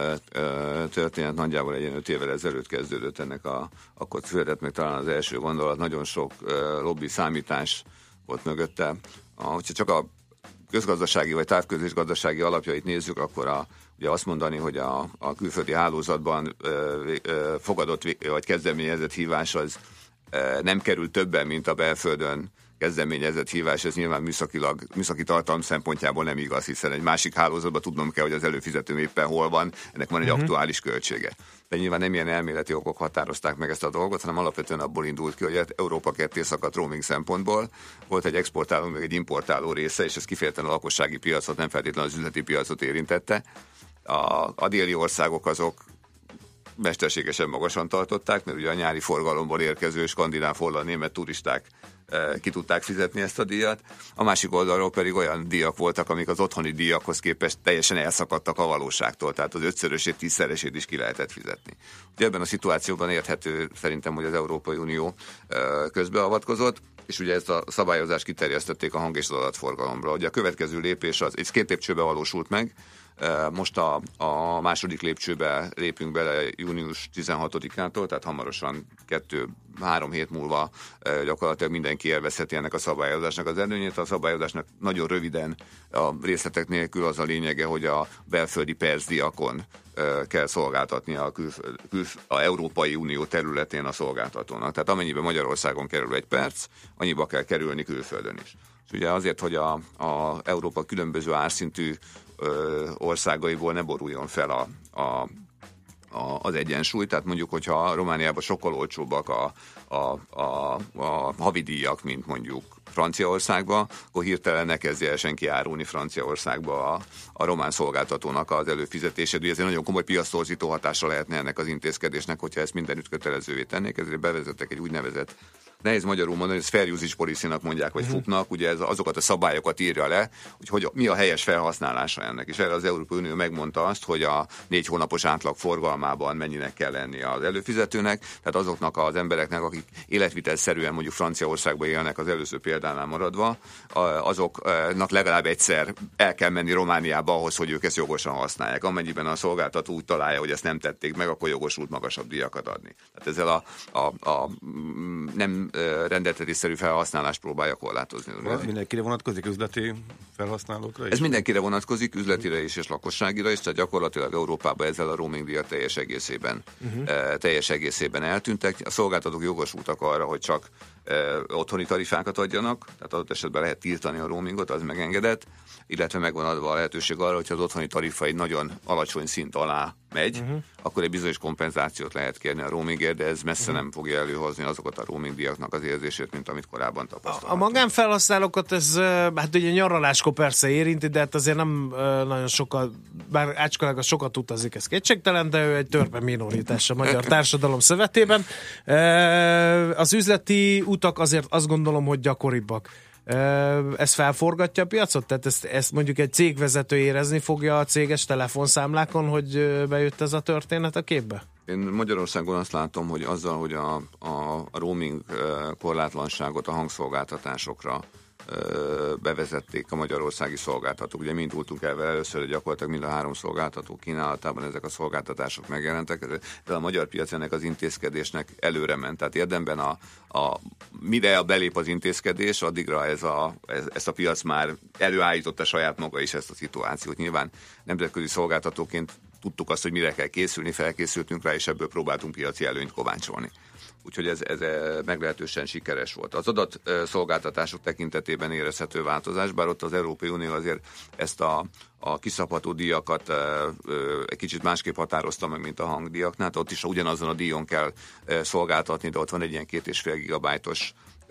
uh, történet, nagyjából egy öt évvel ezelőtt kezdődött ennek a, akkor született meg talán az első gondolat, nagyon sok uh, lobby számítás volt mögötte. Uh, hogyha csak a közgazdasági vagy távközlés gazdasági alapjait nézzük, akkor a, ugye azt mondani, hogy a, a külföldi hálózatban uh, uh, fogadott vagy kezdeményezett hívás az nem kerül többen, mint a belföldön kezdeményezett hívás, ez nyilván műszakilag, műszaki tartalom szempontjából nem igaz, hiszen egy másik hálózatban tudnom kell, hogy az előfizetőm éppen hol van, ennek van egy uh-huh. aktuális költsége. De nyilván nem ilyen elméleti okok határozták meg ezt a dolgot, hanem alapvetően abból indult ki, hogy Európa ketté szakadt roaming szempontból. Volt egy exportáló, meg egy importáló része, és ez kifejezetten a lakossági piacot, nem feltétlenül az üzleti piacot érintette. A, a déli országok azok mesterségesen magasan tartották, mert ugye a nyári forgalomból érkező skandináv, holland, német turisták e, ki tudták fizetni ezt a díjat. A másik oldalról pedig olyan díjak voltak, amik az otthoni díjakhoz képest teljesen elszakadtak a valóságtól, tehát az ötszörösét, tízszeresét is ki lehetett fizetni. Ugye ebben a szituációban érthető szerintem, hogy az Európai Unió e, közbeavatkozott, és ugye ezt a szabályozást kiterjesztették a hang- és az adatforgalomra. Ugye a következő lépés az, egy két lépcsőbe valósult meg. Most a, a második lépcsőbe lépünk bele június tizenhatodikától, tehát hamarosan kettő-három hét múlva gyakorlatilag mindenki élvezheti ennek a szabályozásnak az előnyét. A szabályozásnak nagyon röviden a részletek nélkül az a lényege, hogy a belföldi percdiakon kell szolgáltatni a, külföld, külf, a Európai Unió területén a szolgáltatónak. Tehát amennyiben Magyarországon kerül egy perc, annyiba kell kerülni külföldön is. És ugye azért, hogy a, a Európa különböző árszintű ö, országaiból ne boruljon fel a, a, a, az egyensúly, tehát mondjuk, hogyha Romániában sokkal olcsóbbak a, a, a, a havidíjak, mint mondjuk Franciaországba, akkor hirtelen ne kezdje el senki árulni Franciaországba a, a román szolgáltatónak az előfizetésed. Ugye ez egy nagyon komoly piactorzító hatása lehetne ennek az intézkedésnek, hogyha ezt mindenütt kötelezővé tennék, ezért bevezettek egy úgynevezett nehéz magyarul mondani, ez fair usage policy-nak mondják, vagy uh-huh. fuknak, ugye ez azokat a szabályokat írja le, hogy, hogy mi a helyes felhasználása ennek. És erre az Európai Unió megmondta azt, hogy a négy hónapos átlag forgalmában mennyinek kell lenni az előfizetőnek, tehát azoknak az embereknek, akik életvitelszerűen mondjuk Franciaországban élnek az előző példánál maradva, azoknak legalább egyszer el kell menni Romániába ahhoz, hogy ők ezt jogosan használják. Amennyiben a szolgáltató úgy találja, hogy ezt nem tették meg, akkor jogosult magasabb díjakat adni. Tehát ezzel a, a, a nem rendeltetésszerű felhasználást próbálja korlátozni. Ez mindenkire vonatkozik, üzleti felhasználókra is? Ez mindenkire vonatkozik, üzletire is és lakosságira is, tehát gyakorlatilag Európában ezzel a roaming díjak teljes egészében, uh-huh. teljes egészében eltűntek. A szolgáltatók jogosultak arra, hogy csak otthoni tarifákat adjanak, tehát adott esetben lehet tiltani a roamingot, az megengedett, illetve megvan adva a lehetőség arra, hogyha az otthoni tarifa egy nagyon alacsony szint alá megy, uh-huh. akkor egy bizonyos kompenzációt lehet kérni a roamingért, de ez messze uh-huh. nem fogja előhozni azokat a roaming díjaknak az érzését, mint amit korábban tapasztaltunk. A magánfelhasználókat ez, hát ugye nyaraláskor persze érinti, de hát azért nem nagyon sokat, bár Ácska sokat utazik, ez kétségtelen, de ő egy törpe minoritás a magyar társadalom szövetében. Az üzleti utak azért azt gondolom, hogy gyakoribbak. Ez felforgatja a piacot? Tehát ezt, ezt mondjuk egy cégvezető érezni fogja a céges telefonszámlákon, hogy bejött ez a történet a képbe? Én Magyarországon azt látom, hogy azzal, hogy a, a, a roaming korlátlanságot a hangszolgáltatásokra bevezették a magyarországi szolgáltatók. Ugye mind túltunk el vele először, hogy gyakorlatilag mind a három szolgáltató kínálatában ezek a szolgáltatások megjelentek, de a magyar piac ennek az intézkedésnek előre ment. Tehát érdemben a, a mire belép az intézkedés, addigra ez a, ez, ezt a piac már előállította saját maga is ezt a szituációt. Nyilván nemzetközi szolgáltatóként tudtuk azt, hogy mire kell készülni, felkészültünk rá, és ebből próbáltunk piaci előnyt kovácsolni. Úgyhogy ez, ez meglehetősen sikeres volt. Az adatszolgáltatások tekintetében érezhető változás, bár ott az Európai Unió azért ezt a, a kiszabható díjakat egy kicsit másképp határozta meg, mint a hangdíjaknál. Ott is ugyanazon a díjon kell szolgáltatni, de ott van egy ilyen két és fél gigabájtos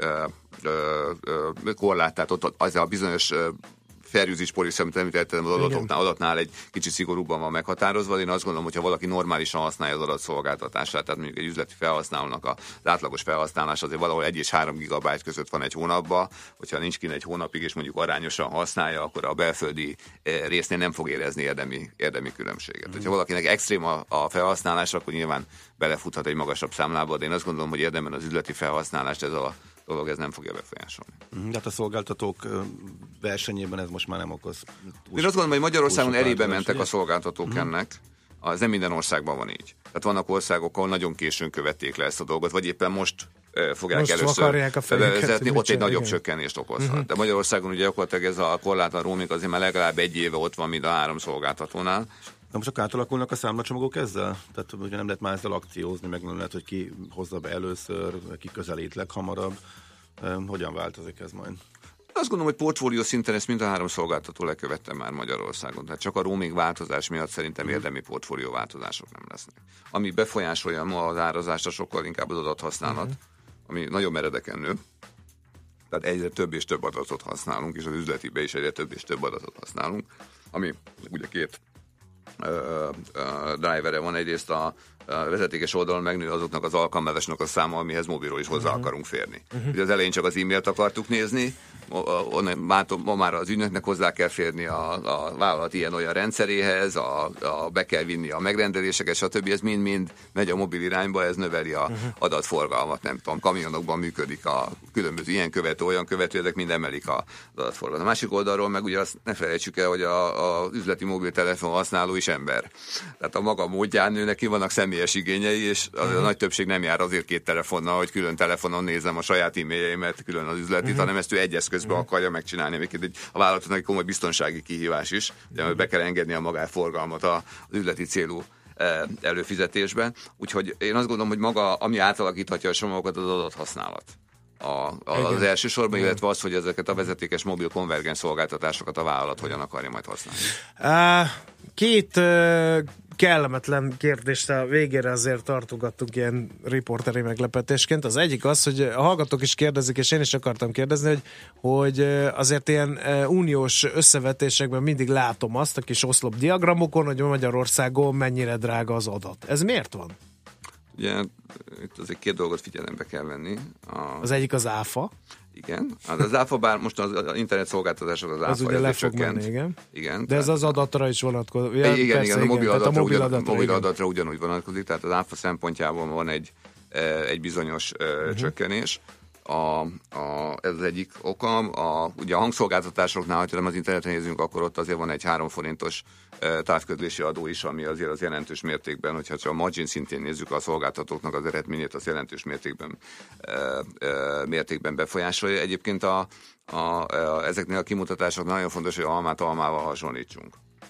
korlát, tehát ott az a bizonyos fair usage policy, amit említettem, az adatoknál, adatnál egy kicsit szigorúbban van meghatározva. Én azt gondolom, hogy ha valaki normálisan használja az adatszolgáltatását, tehát mondjuk egy üzleti felhasználónak az átlagos felhasználás azért valahol egy és három gigabyte között van egy hónapban, hogyha nincs kint egy hónapig, és mondjuk arányosan használja, akkor a belföldi résznél nem fog érezni érdemi, érdemi különbséget. Mm. Ha valakinek extrém a, a felhasználás, akkor nyilván belefuthat egy magasabb számlába, de én azt gondolom, hogy érdemben az üzleti felhasználást ez a dolog ez nem fogja befolyásolni. De hát a szolgáltatók versenyében ez most már nem okoz. Én azt gondolom, hogy Magyarországon elébe mentek a szolgáltatók uh-huh. ennek. Az nem minden országban van így. Tehát vannak országok, ahol nagyon későn követték le ezt a dolgot, vagy éppen most uh, fogják most először bevezetni, ott egy nagyobb igen. csökkenést okozhat. Uh-huh. De Magyarországon ugye gyakorlatilag ez a korlátlan roaming azért már legalább egy éve ott van, mint a három szolgáltatónál. De most akkor átalakulnak a számlacsomagok ezzel? Tehát ugye nem lehet már ezzel akciózni, meg nem lehet, hogy ki hozza be először, ki közelít leghamarabb. Hogyan változik ez majd? Azt gondolom, hogy portfólió szinten ezt mind a három szolgáltató lekövette már Magyarországon. Tehát csak a roaming változás miatt szerintem érdemi portfólió változások nem lesznek. Ami befolyásolja ma az árazásra sokkal inkább az adathasználat, uh-huh. ami nagyon meredeken nő. Tehát egyre több és több adatot használunk, és az üzletibe is egyre több és több adatot használunk, ami ugye két uh, uh, drivere van. Egyrészt a a vezetékes oldalon megnő azoknak az alkalmazásnak a száma, amihez mobilról is hozzá uh-huh. akarunk férni. Uh-huh. Ugye az elején csak az e-mailt akartuk nézni, ma már az ügynöknek hozzá kell férni a, a vállalat ilyen-olyan rendszeréhez, a, a, be kell vinni a megrendeléseket, stb. Ez mind-mind megy a mobil irányba, ez növeli a uh-huh. adatforgalmat, nem tudom, kamionokban működik a különböző ilyen követő, olyan követő, ezek mind emelik az adatforgalmat. A másik oldalról meg ugye azt ne felejtsük el, hogy a, a üzleti mobiltelefon használó is ember. Tehát a maga módján ő neki vannak személyes igényei, és a uh-huh. nagy többség nem jár azért két telefonnal, hogy külön telefonon nézem a saját e-mailjeimet, külön az üzletit, uh-huh. hanem ezt ő egy eszközbe uh-huh. akarja megcsinálni. Még egy, a vállalatnak egy komoly biztonsági kihívás is, de uh-huh. be kell engedni a magánforgalmat az üzleti célú előfizetésben. Úgyhogy én azt gondolom, hogy maga, ami átalakíthatja a csomagokat, az adathasználat. A, a, az elsősorban, illetve az, hogy ezeket a vezetékes mobil konvergens szolgáltatásokat a vállalat hogyan akarja majd használni. Uh, két uh, kellemetlen kérdést a végére azért tartogattuk ilyen riporteri meglepetésként. Az egyik az, hogy a hallgatók is kérdezik, és én is akartam kérdezni, hogy, hogy azért ilyen uniós összevetésekben mindig látom azt a kis oszlop diagramokon, hogy Magyarországon mennyire drága az adat. Ez miért van? Ugye itt azért két dolgot figyelembe kell venni. A... Az egyik az áfa. Igen, az, az áfa, bár most az, az internet szolgáltatások az áfa. Az ugye le fog menni, igen. igen. De ez az adatra is vonatkozik. Ja, igen, persze, igen, a mobil adatra, a mobil adatra, ugyan, mobil adatra ugyanúgy vonatkozik, tehát az áfa szempontjából van egy, egy bizonyos uh-huh. csökkenés. A, a, ez az egyik oka. A, ugye a hangszolgáltatásoknál, ha nem az interneten nézünk, akkor ott azért van egy három forintos e, távközlési adó is, ami azért az jelentős mértékben, hogyha csak a margin szintén nézzük a szolgáltatóknak az eredményét, az jelentős mértékben, e, e, mértékben befolyásolja. Egyébként a, a, a, ezeknél a kimutatásoknál nagyon fontos, hogy almát almával hasonlítsunk.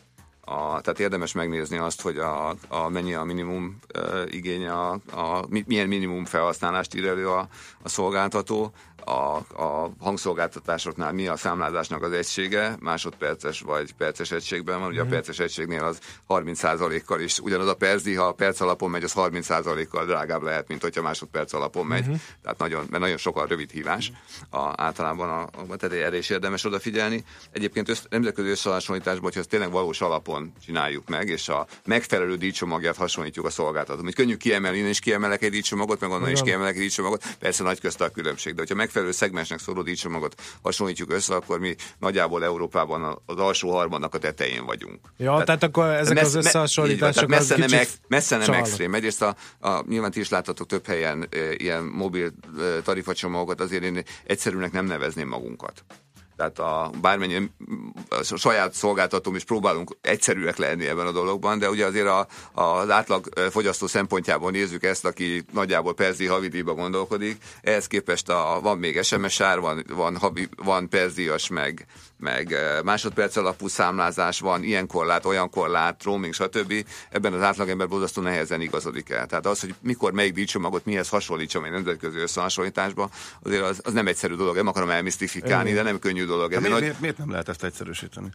A, tehát érdemes megnézni azt, hogy a, a mennyi a minimum e, igénye, a, a, milyen minimum felhasználást ír elő a, a szolgáltató, a, a hangszolgáltatásoknál mi a számlázásnak az egysége, másodperces vagy perces egységben van, ugye mm. a perces egységnél az harminc százalékkal is, ugyanaz a percdíj, ha a perc alapon megy, az harminc százalékkal drágább lehet, mint hogyha másodperc alapon megy, mm. tehát nagyon, mert nagyon sok a rövid hívás a, általában, a, a, tehát erre is érdemes odafigyelni. Egyébként össz, nemzetközi összehasonlításban, hogyha ezt tényleg valós alapon csináljuk meg, és a megfelelő díjcsomagját hasonlítjuk a szolgáltató. Mint könnyű kiemelni, én is kiemelek egy díjcsomagot, meg onnan is kiemelek egy díjcsomagot, persze nagy közt a különbség, de hogyha megfelelő szegmensnek szóló díjcsomagot hasonlítjuk össze, akkor mi nagyjából Európában az alsó harmadnak a tetején vagyunk. Ja, tehát, tehát akkor ezek messz, az összehasonlítások messze, az nem, ex, messze nem extrém. Egyrészt a, a, nyilván ti is láthatok több helyen e, ilyen mobil e, tarifacsomagokat, azért én egyszerűnek nem nevezném magunkat. Tehát a, bármennyi a saját szolgáltatóm is próbálunk egyszerűek lenni ebben a dologban, de ugye azért a, a, az átlag fogyasztó szempontjából nézzük ezt, aki nagyjából percdíj havidíjba gondolkodik. Ehhez képest a, van még es em es ár, van, van, havi, van percdíjas, meg, meg másodperc alapú számlázás, van ilyen korlát, olyan korlát, roaming, stb. Ebben az átlagember borzasztó nehezen igazodik el. Tehát az, hogy mikor melyik díjcsomagot mihez hasonlítsam egy nemzetközi összehasonlításba, azért az, az nem egyszerű dolog. Nem akarom elmisztifikálni, de nem könnyű dolog. Hát miért, miért, miért nem lehet ezt egyszerűsíteni?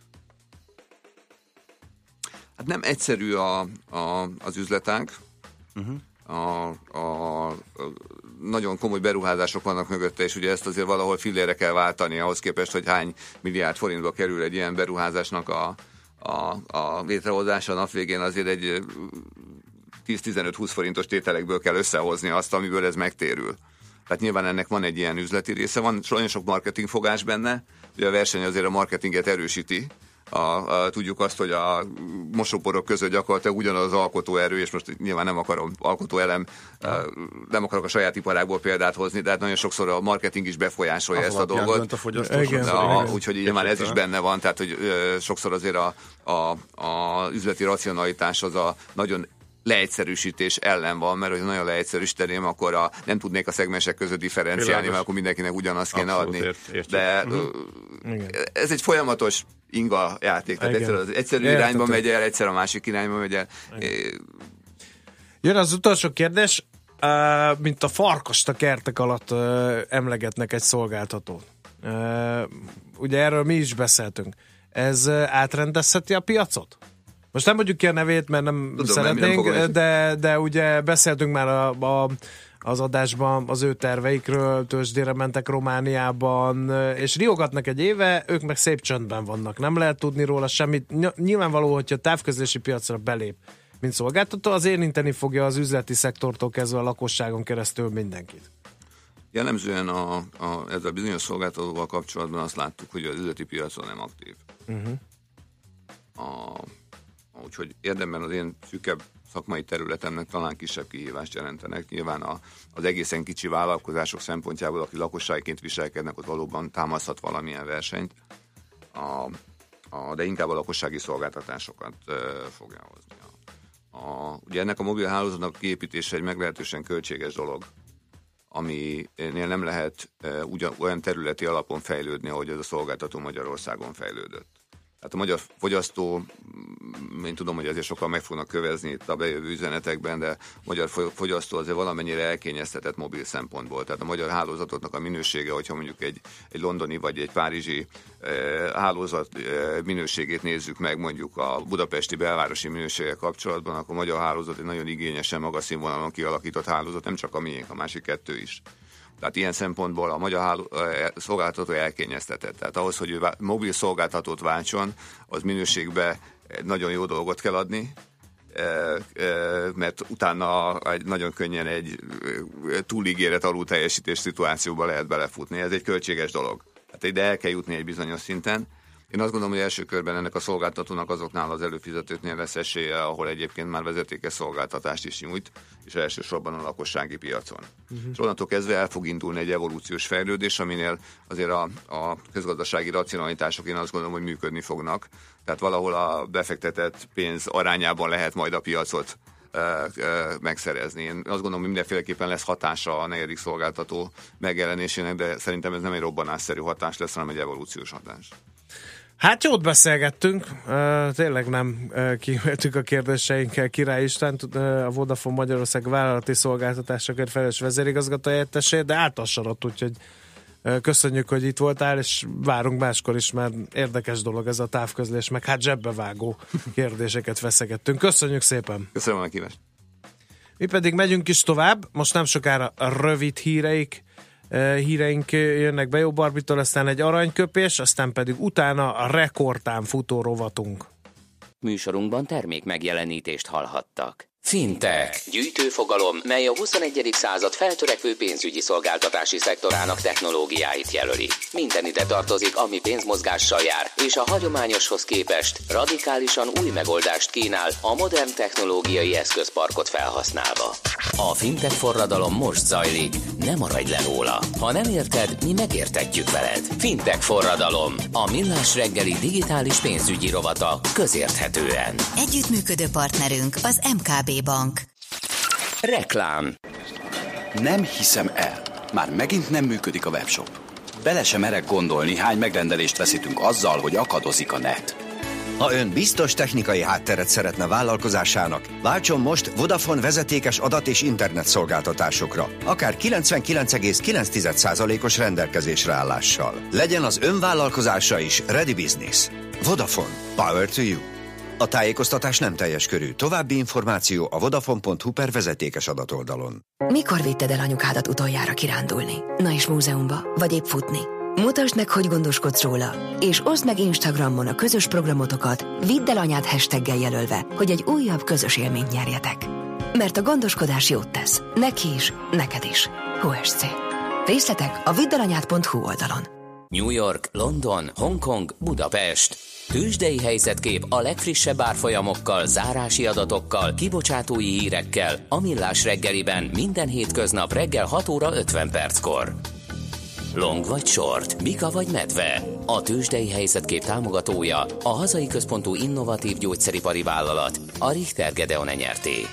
Hát nem egyszerű a, a, az üzletág. Uh-huh. A, a, a, nagyon komoly beruházások vannak mögötte, és ugye ezt azért valahol fillére kell váltani ahhoz képest, hogy hány milliárd forintba kerül egy ilyen beruházásnak a, a, a létrehozása. A nap végén azért egy tíz-tizenöt-húsz forintos tételekből kell összehozni azt, amiből ez megtérül. Tehát nyilván ennek van egy ilyen üzleti része, van nagyon sok marketing fogás benne, ugye a verseny azért a marketinget erősíti. A, a, tudjuk azt, hogy a mosóporok között gyakorlatilag ugyanaz az alkotóerő, és most nyilván nem akarom alkotóelem, nem akarok a saját iparágból példát hozni, de hát nagyon sokszor a marketing is befolyásolja a ezt a dolgot. Úgyhogy nyilván ez is benne van, tehát hogy ö, sokszor azért a, a, a üzleti racionalitás az a nagyon leegyszerűsítés ellen van, mert hogyha nagyon leegyszerűsíteném, akkor a, nem tudnék a szegmensek között differenciálni, mert akkor mindenkinek ugyanazt kéne adni. Ért, de uh-huh. ez egy folyamatos inga játék, tehát egyszer az egyszerű Értető. irányba megy el, egyszer a másik irányba megy el. Jön az utolsó kérdés, mint a farkast a kertek alatt emlegetnek egy szolgáltatót. Ugye erről mi is beszéltünk. Ez átrendezheti a piacot? Most nem mondjuk ki a nevét, mert nem Tudom, szeretnénk, nem, nem de, de ugye beszéltünk már a, a, az adásban az ő terveikről, tőzsdére mentek Romániában, és riogatnak egy éve, ők meg szép csöndben vannak. Nem lehet tudni róla semmit. Nyilvánvaló, hogyha távközlési piacra belép, mint szolgáltató, az érinteni fogja az üzleti szektortól kezdve a lakosságon keresztül mindenkit. Jellemzően a, a, ezzel a bizonyos szolgáltatóval kapcsolatban azt láttuk, hogy az üzleti piacon nem aktív. Uh-huh. A Úgyhogy érdemben az én szűkebb szakmai területemnek talán kisebb kihívást jelentenek. Nyilván a, az egészen kicsi vállalkozások szempontjából, aki lakosságként viselkednek, ott valóban támaszhat valamilyen versenyt, a, a, de inkább a lakossági szolgáltatásokat e, fogja hozni. A, ugye ennek a mobil hálózatnak kiépítése egy meglehetősen költséges dolog, aminél nem lehet e, ugyan, olyan területi alapon fejlődni, ahogy ez a szolgáltató Magyarországon fejlődött. Tehát a magyar fogyasztó, én tudom, hogy azért sokan meg fognak kövezni itt a bejövő üzenetekben, de a magyar fogyasztó azért valamennyire elkényeztetett mobil szempontból. Tehát a magyar hálózatoknak a minősége, hogyha mondjuk egy, egy londoni vagy egy párizsi eh, hálózat eh, minőségét nézzük meg, mondjuk a budapesti belvárosi minőséggel kapcsolatban, akkor a magyar hálózat egy nagyon igényesen, magas színvonalon kialakított hálózat, nem csak a miénk, a másik kettő is. Tehát ilyen szempontból a magyar háló, szolgáltató elkényeztetett. Tehát ahhoz, hogy ő mobil szolgáltatót váltson, az minőségbe nagyon jó dolgot kell adni, mert utána egy, nagyon könnyen egy túligéret alul teljesítés szituációba lehet belefutni. Ez egy költséges dolog. Hát ide el kell jutni egy bizonyos szinten. Én azt gondolom, hogy első körben ennek a szolgáltatónak azoknál az előfizetőknél lesz esélye, ahol egyébként már vezetékes szolgáltatást is nyújt, és elsősorban a lakossági piacon. Uh-huh. És onnantól kezdve el fog indulni egy evolúciós fejlődés, aminél azért a, a közgazdasági racionalitások én azt gondolom, hogy működni fognak. Tehát valahol a befektetett pénz arányában lehet majd a piacot ö, ö, megszerezni. Én azt gondolom, hogy mindenféleképpen lesz hatása a negyedik szolgáltató megjelenésének, de szerintem ez nem egy robbanásszerű hatás lesz, hanem egy evolúciós hatás. Hát jót beszélgettünk, uh, tényleg nem uh, kimeltük a kérdéseinkkel. Király István, uh, a Vodafone Magyarország vállalati szolgáltatásokért felelős vezérigazgató helyettesét, de áttassarodott, úgyhogy uh, köszönjük, hogy itt voltál, és várunk máskor is, mert érdekes dolog ez a távközlés, meg hát zsebbevágó kérdéseket feszegettünk. Köszönjük szépen! Köszönöm a kívást! Mi pedig megyünk is tovább, most nem sokára a rövid híreik, híreink jönnek be Jó Barbitól, aztán egy aranyköpés, aztán pedig utána a rekordtán futó rovatunk. Műsorunkban termék megjelenítést hallhattak. Fintech. Gyűjtőfogalom, mely a huszonegyedik század feltörekvő pénzügyi szolgáltatási szektorának technológiáit jelöli. Minden ide tartozik, ami pénzmozgással jár, és a hagyományoshoz képest radikálisan új megoldást kínál a modern technológiai eszközparkot felhasználva. A fintech forradalom most zajlik, ne maradj le róla. Ha nem érted, mi megértetjük veled. Fintech forradalom, a Millás reggeli digitális pénzügyi rovata közérthetően. Együttműködő partnerünk az em ká bé Bank. Reklám. Nem hiszem el. Már megint nem működik a webshop. Bele sem merek gondolni, hány megrendelést veszítünk azzal, hogy akadozik a net. Ha ön biztos technikai hátteret szeretne vállalkozásának, váltson most Vodafone vezetékes adat- és internet szolgáltatásokra, akár kilencvenkilenc egész kilenc százalékos rendelkezésre állással. Legyen az ön vállalkozása is ready business. Vodafone. Power to you. A tájékoztatás nem teljes körű. További információ a vodafone pont hu per vezetékes adatoldalon. Mikor vitted el anyukádat utoljára kirándulni? Na és múzeumba? Vagy épp futni? Mutasd meg, hogy gondoskodsz róla, és oszd meg Instagramon a közös programotokat, vidd el anyád hashtaggel jelölve, hogy egy újabb közös élményt nyerjetek. Mert a gondoskodás jót tesz. Neki is, neked is. hú es cé. Részletek a viddelanyád pont hu oldalon. New York, London, Hongkong, Budapest. Tőzsdei helyzetkép a legfrissebb árfolyamokkal, zárási adatokkal, kibocsátói hírekkel a Millás reggeliben minden hétköznap reggel hat óra ötven perckor. Long vagy short, bika vagy medve. A tőzsdei helyzetkép támogatója a hazai központú innovatív gyógyszeripari vállalat, a Richter Gedeon Nyrt.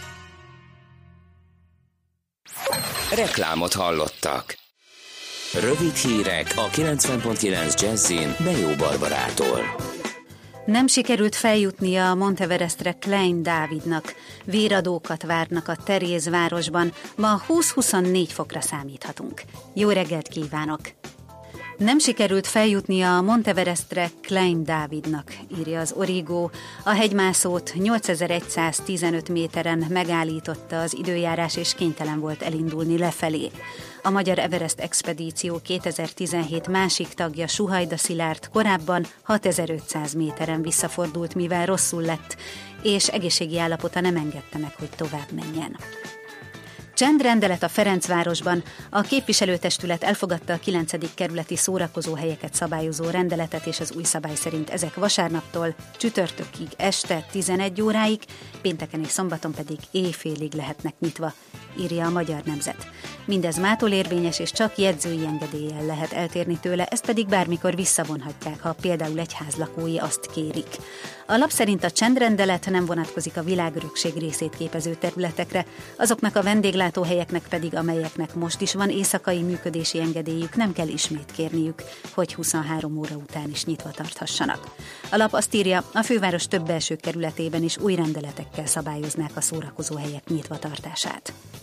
Reklámot hallottak. Rövid hírek a kilencven pont kilenc Jazzin Bejó Barbarától. Nem sikerült feljutnia a Monteverestre Klein Dávidnak. Véradókat várnak a Terézvárosban, ma húsz-huszonnégy fokra számíthatunk. Jó reggelt kívánok! Nem sikerült feljutnia a Monteverestre Klein Dávidnak, írja az Origo. A hegymászót nyolcezer-száztizenöt méteren megállította az időjárás, és kénytelen volt elindulni lefelé. A Magyar Everest Expedíció kétezer-tizenhét másik tagja, Suhajda Szilárd korábban hatezer-ötszáz méteren visszafordult, mivel rosszul lett, és egészségi állapota nem engedte meg, hogy tovább menjen. Csendrendelet a Ferencvárosban. A képviselőtestület elfogadta a kilencedik kerületi szórakozóhelyeket szabályozó rendeletet, és az új szabály szerint ezek vasárnaptól csütörtökig este tizenegy óráig, pénteken és szombaton pedig éjfélig lehetnek nyitva, írja a Magyar Nemzet. Mindez mától érvényes, és csak jegyzői engedéllyel lehet eltérni tőle, ezt pedig bármikor visszavonhatják, ha például egyház lakói azt kérik. A lap szerint a csendrendelet nem vonatkozik a világörökség részét képező területekre, azoknak a vendéglátóhelyeknek pedig, amelyeknek most is van éjszakai működési engedélyük, nem kell ismét kérniük, hogy huszonhárom óra után is nyitva tarthassanak. A lap azt írja, a főváros több belső kerületében is új rendeletekkel szabályoznák a szórakozóhelyek nyitva tartását.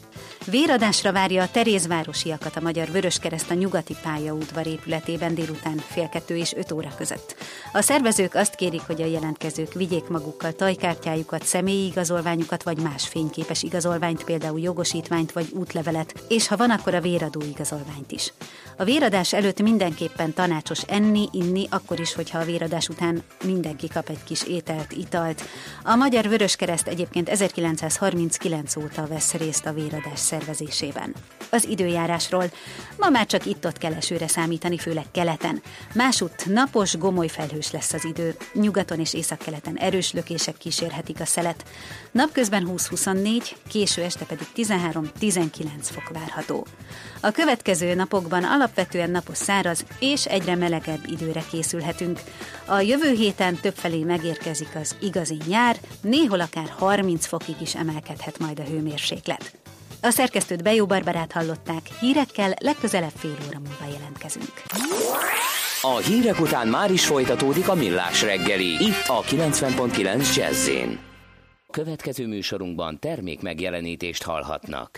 Véradásra várja a Terézvárosiakat a Magyar Vöröskereszt a Nyugati Pályaudvar épületében délután fél kettő és öt óra között. A szervezők azt kérik, hogy a jelentkezők vigyék magukkal tajkártyájukat, személyi igazolványukat vagy más fényképes igazolványt, például jogosítványt vagy útlevelet, és ha van, akkor a véradó igazolványt is. A véradás előtt mindenképpen tanácsos enni, inni, akkor is, hogyha a véradás után mindenki kap egy kis ételt, italt. A Magyar Vöröskereszt egyébként ezerkilencszázharminckilenc óta vesz részt a véradás szervezésében. Az időjárásról. Ma már csak itt-ott kell esőre számítani, főleg keleten. Másútt napos, gomoly felhős lesz az idő. Nyugaton és északkeleten erős lökések kísérhetik a szelet. Napközben húsz-huszonnégy, késő este pedig tizenhárom-tizenkilenc fok várható. A következő napokban alapvetően napos, száraz és egyre melegebb időre készülhetünk. A jövő héten többfelé megérkezik az igazi nyár, néhol akár harminc fokig is emelkedhet majd a hőmérséklet. A szerkesztőt Bejó Barbarát hallották, hírekkel legközelebb fél óra múlva jelentkezünk. A hírek után már is folytatódik a Millás reggeli, itt a kilencven pont kilenc Jazz-én. Következő műsorunkban termék megjelenítést hallhatnak.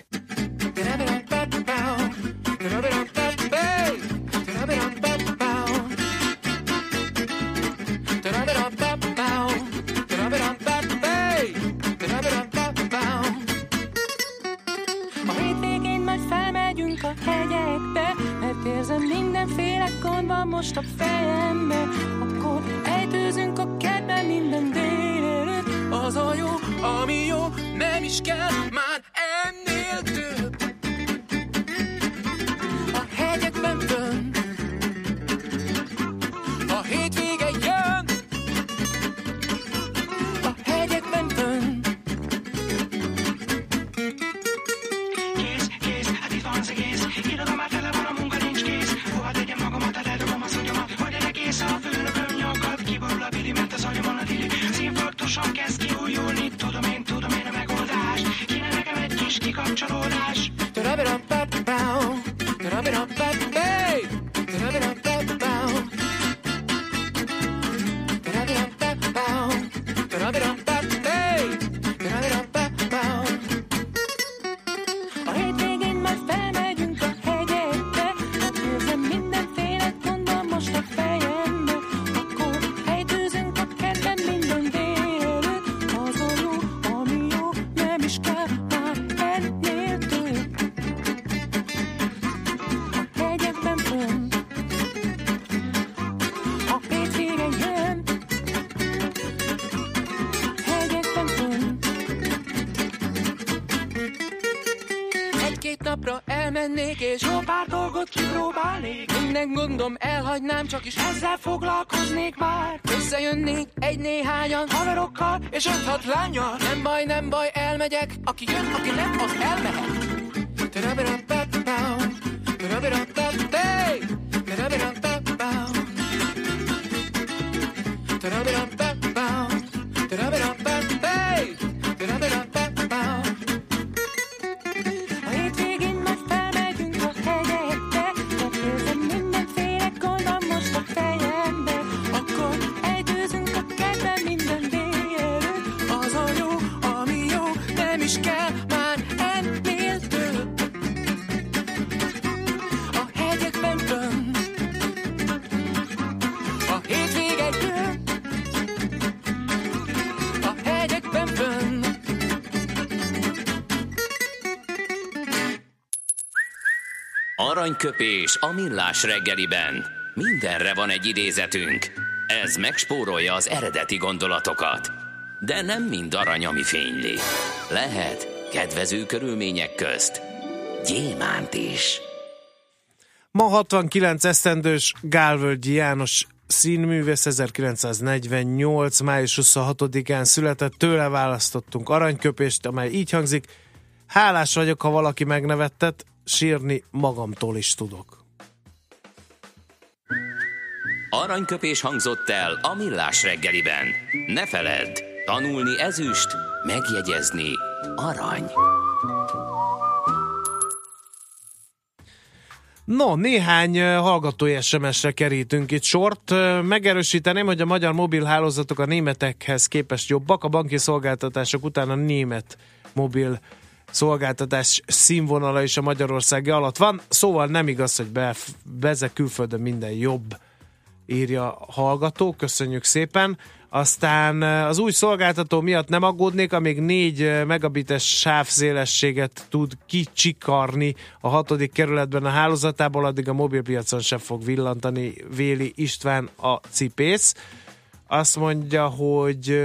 Mindenféle gond van most a fejembe, akkor ejtőzünk a kertben minden délelőtt. Az a jó, ami jó, nem is kell már ennél több. A hegyekben fönn, a hétvége jön. A hegyekben fönn. Kész, kész, hát itt van az egész. Irodalom már tele van, a munka nincs kész. Hova tegyem magamat, eldobom az agyamat, hogy egész a főnököm nyakad. Kiborul a bili, mert az agyamon a dili. Színfarktusom kezd kiújulni. Tudom én, tudom én a megoldást. Kéne nekem egy kis kikapcsolódás. Tarabirapapapau, tarabirapapapay, tarabirapapapau, tarabirapapapau, tarabirapapapay, tarabirapapapau. A hétvégén már felmegyünk a hegyekbe, hát érzem mindenféle gond van most a fejembe. Akkor ejtőzünk a kertben minden délelőtt. Az a jó, ami jó, nem is kell már ennél több. A hegyekben fönn, a hétvége jön. Hegyekben fönn. Egy-két napra elmennék, és jó pár dolgot kipróbálnék. Minden gondom elhagynám, csak is ezzel foglalkoznék már. Összejönnék egy-néhányan haverokkal, és öt-hat lányal. Nem baj, nem baj, elmegyek. Aki jön, aki nem, az elmehet. Tarabirapapapau, tarabirapapapay, tarabirapapapau, tarabirapapapau, tarabirapapapay, tarabirapapapau. A hétvégén már felmegyünk a hegyekbe, mert érzem mindenféle gond van most a fejembe. Akkor ejtőzünk a kertben minden délelőtt. Az a jó, ami jó, nem is kell már ennél több. A hegyekben fönn, a hétvége jön. A hegyekben fönn. Aranyköpés a Millás reggeliben. Mindenre van egy idézetünk. Ez megspórolja az eredeti gondolatokat. De nem mind arany, ami fényli. Lehet kedvező körülmények közt gyémánt is. Ma hatvankilenc esztendős Gálvölgyi János színművész, ezerkilencszáznegyvennyolc. május huszonhatodikán született, tőle választottunk aranyköpést, amely így hangzik: hálás vagyok, ha valaki megnevettet, sírni magamtól is tudok. Aranyköpés hangzott el a Millás reggeliben. Ne feledd, tanulni ezüst, megjegyezni arany. No, néhány hallgatói es em es-re kerítünk itt sort. Megerősíteném, hogy a magyar mobilhálózatok a németekhez képest jobbak. A banki szolgáltatások után a német mobil szolgáltatás színvonala is a magyarországi alatt van, szóval nem igaz, hogy be, bezek külföldön minden jobb, írja a hallgató, köszönjük szépen. Aztán az új szolgáltató miatt nem aggódnék, amíg négy megabites sávszélességet tud kicsikarni a hatodik kerületben a hálózatából, addig a mobilpiacon sem fog villantani, véli István a cipész. Azt mondja, hogy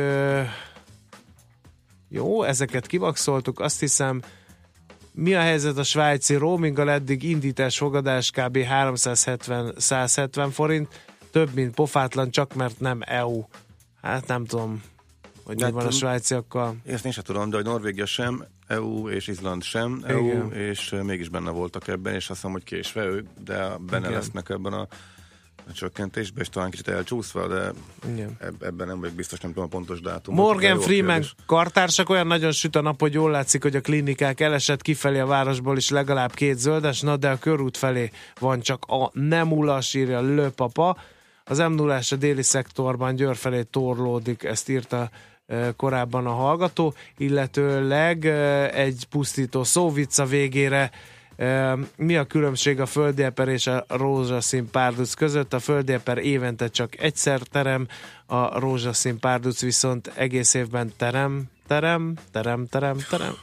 jó, ezeket kivakszoltuk, azt hiszem, mi a helyzet a svájci roaminggal? Eddig indítás, fogadás kb. háromszázhetven-százhetven forint, több mint pofátlan, csak mert nem é u. Hát nem tudom, hogy mi van a svájciakkal. Ezt én sem tudom, de hogy Norvégia sem, é u és Izland sem é u, igen. És mégis benne voltak ebben, és azt hiszem, hogy késve ők, de benne igen. lesznek ebben a a csökkentésben, és talán kicsit elcsúszva, de eb- ebben nem vagyok biztos, nem tudom a pontos dátumot. Morgan Freeman kartársak, olyan nagyon süt a nap, hogy jól látszik, hogy a klinikák elesett kifelé a városból is legalább két zöldes, na de a körút felé van csak a nem ulas, írja Lőpapa. Az em nullás a déli szektorban Győr felé torlódik, ezt írta e, korábban a hallgató, illetőleg e, egy pusztító szóvic a végére. Mi a különbség a földjeper és a rózsaszín párduc között? A földjeper évente csak egyszer terem, a rózsaszín párduc viszont egész évben terem, terem, terem, terem, terem.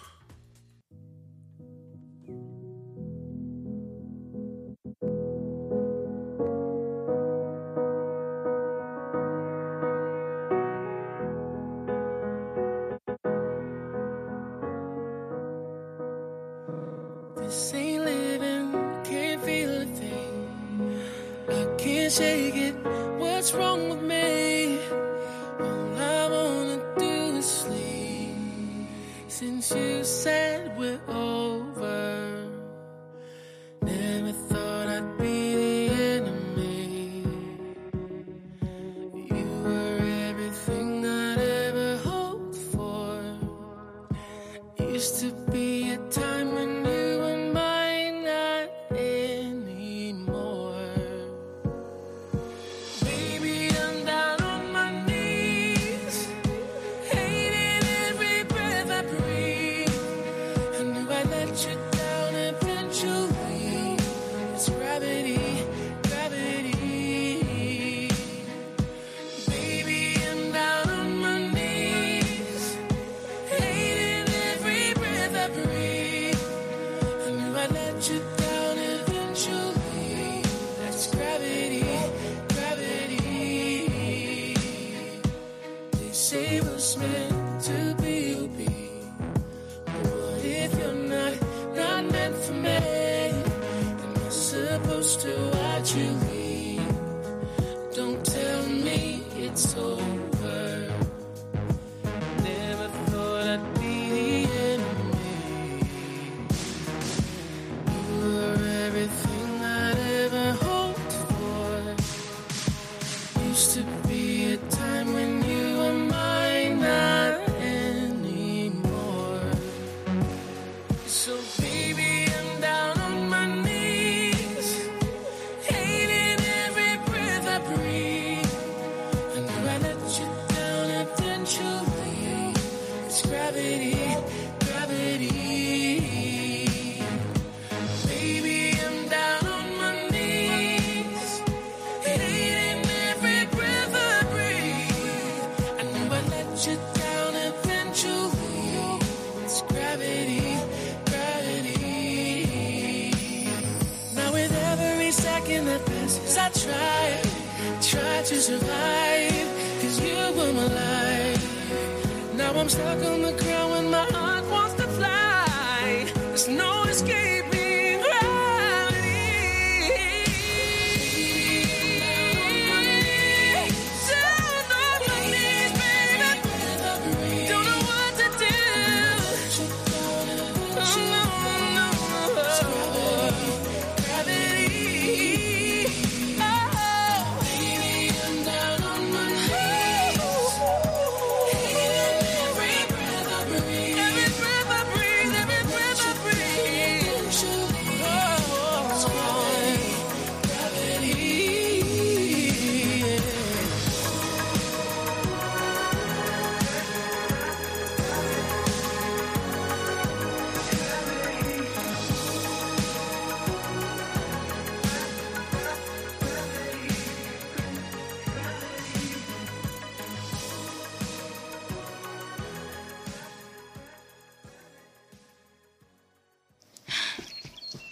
This ain't living, can't feel a thing. I can't shake it. What's wrong with me? All I wanna do is sleep. Since you said we're over, never thought I'd be the enemy. You were everything I'd ever hoped for. Used to be a time when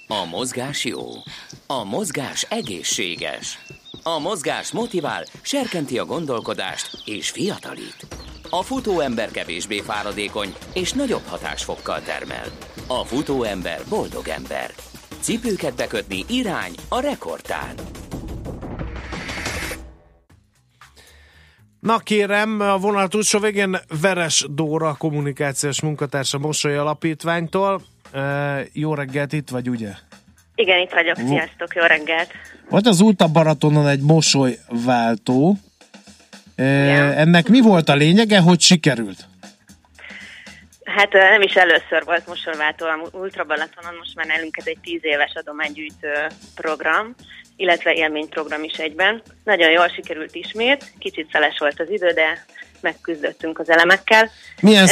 A mozgás jó. A mozgás egészséges. A mozgás motivál, serkenti a gondolkodást és fiatalít. A futóember kevésbé fáradékony és nagyobb hatásfokkal termel. A futóember boldog ember. Cipőket bekötni irány a rekordtán. Na kérem, a vonal túlsó végén Veres Dóra, kommunikációs munkatársa Mosoly Alapítványtól. E, jó reggelt, itt vagy, ugye? Igen, itt vagyok. Sziasztok, jó reggelt. Volt az Ultabaratonon egy mosolyváltó. E, ennek mi volt a lényege, hogy sikerült? Hát nem is először volt mosolyváltó a Ultrabaratonon, most már nálunk ez egy tíz éves adománygyűjtő program, illetve élményprogram is egyben. Nagyon jól sikerült ismét, kicsit szeles volt az idő, de megküzdöttünk az elemekkel. Milyen,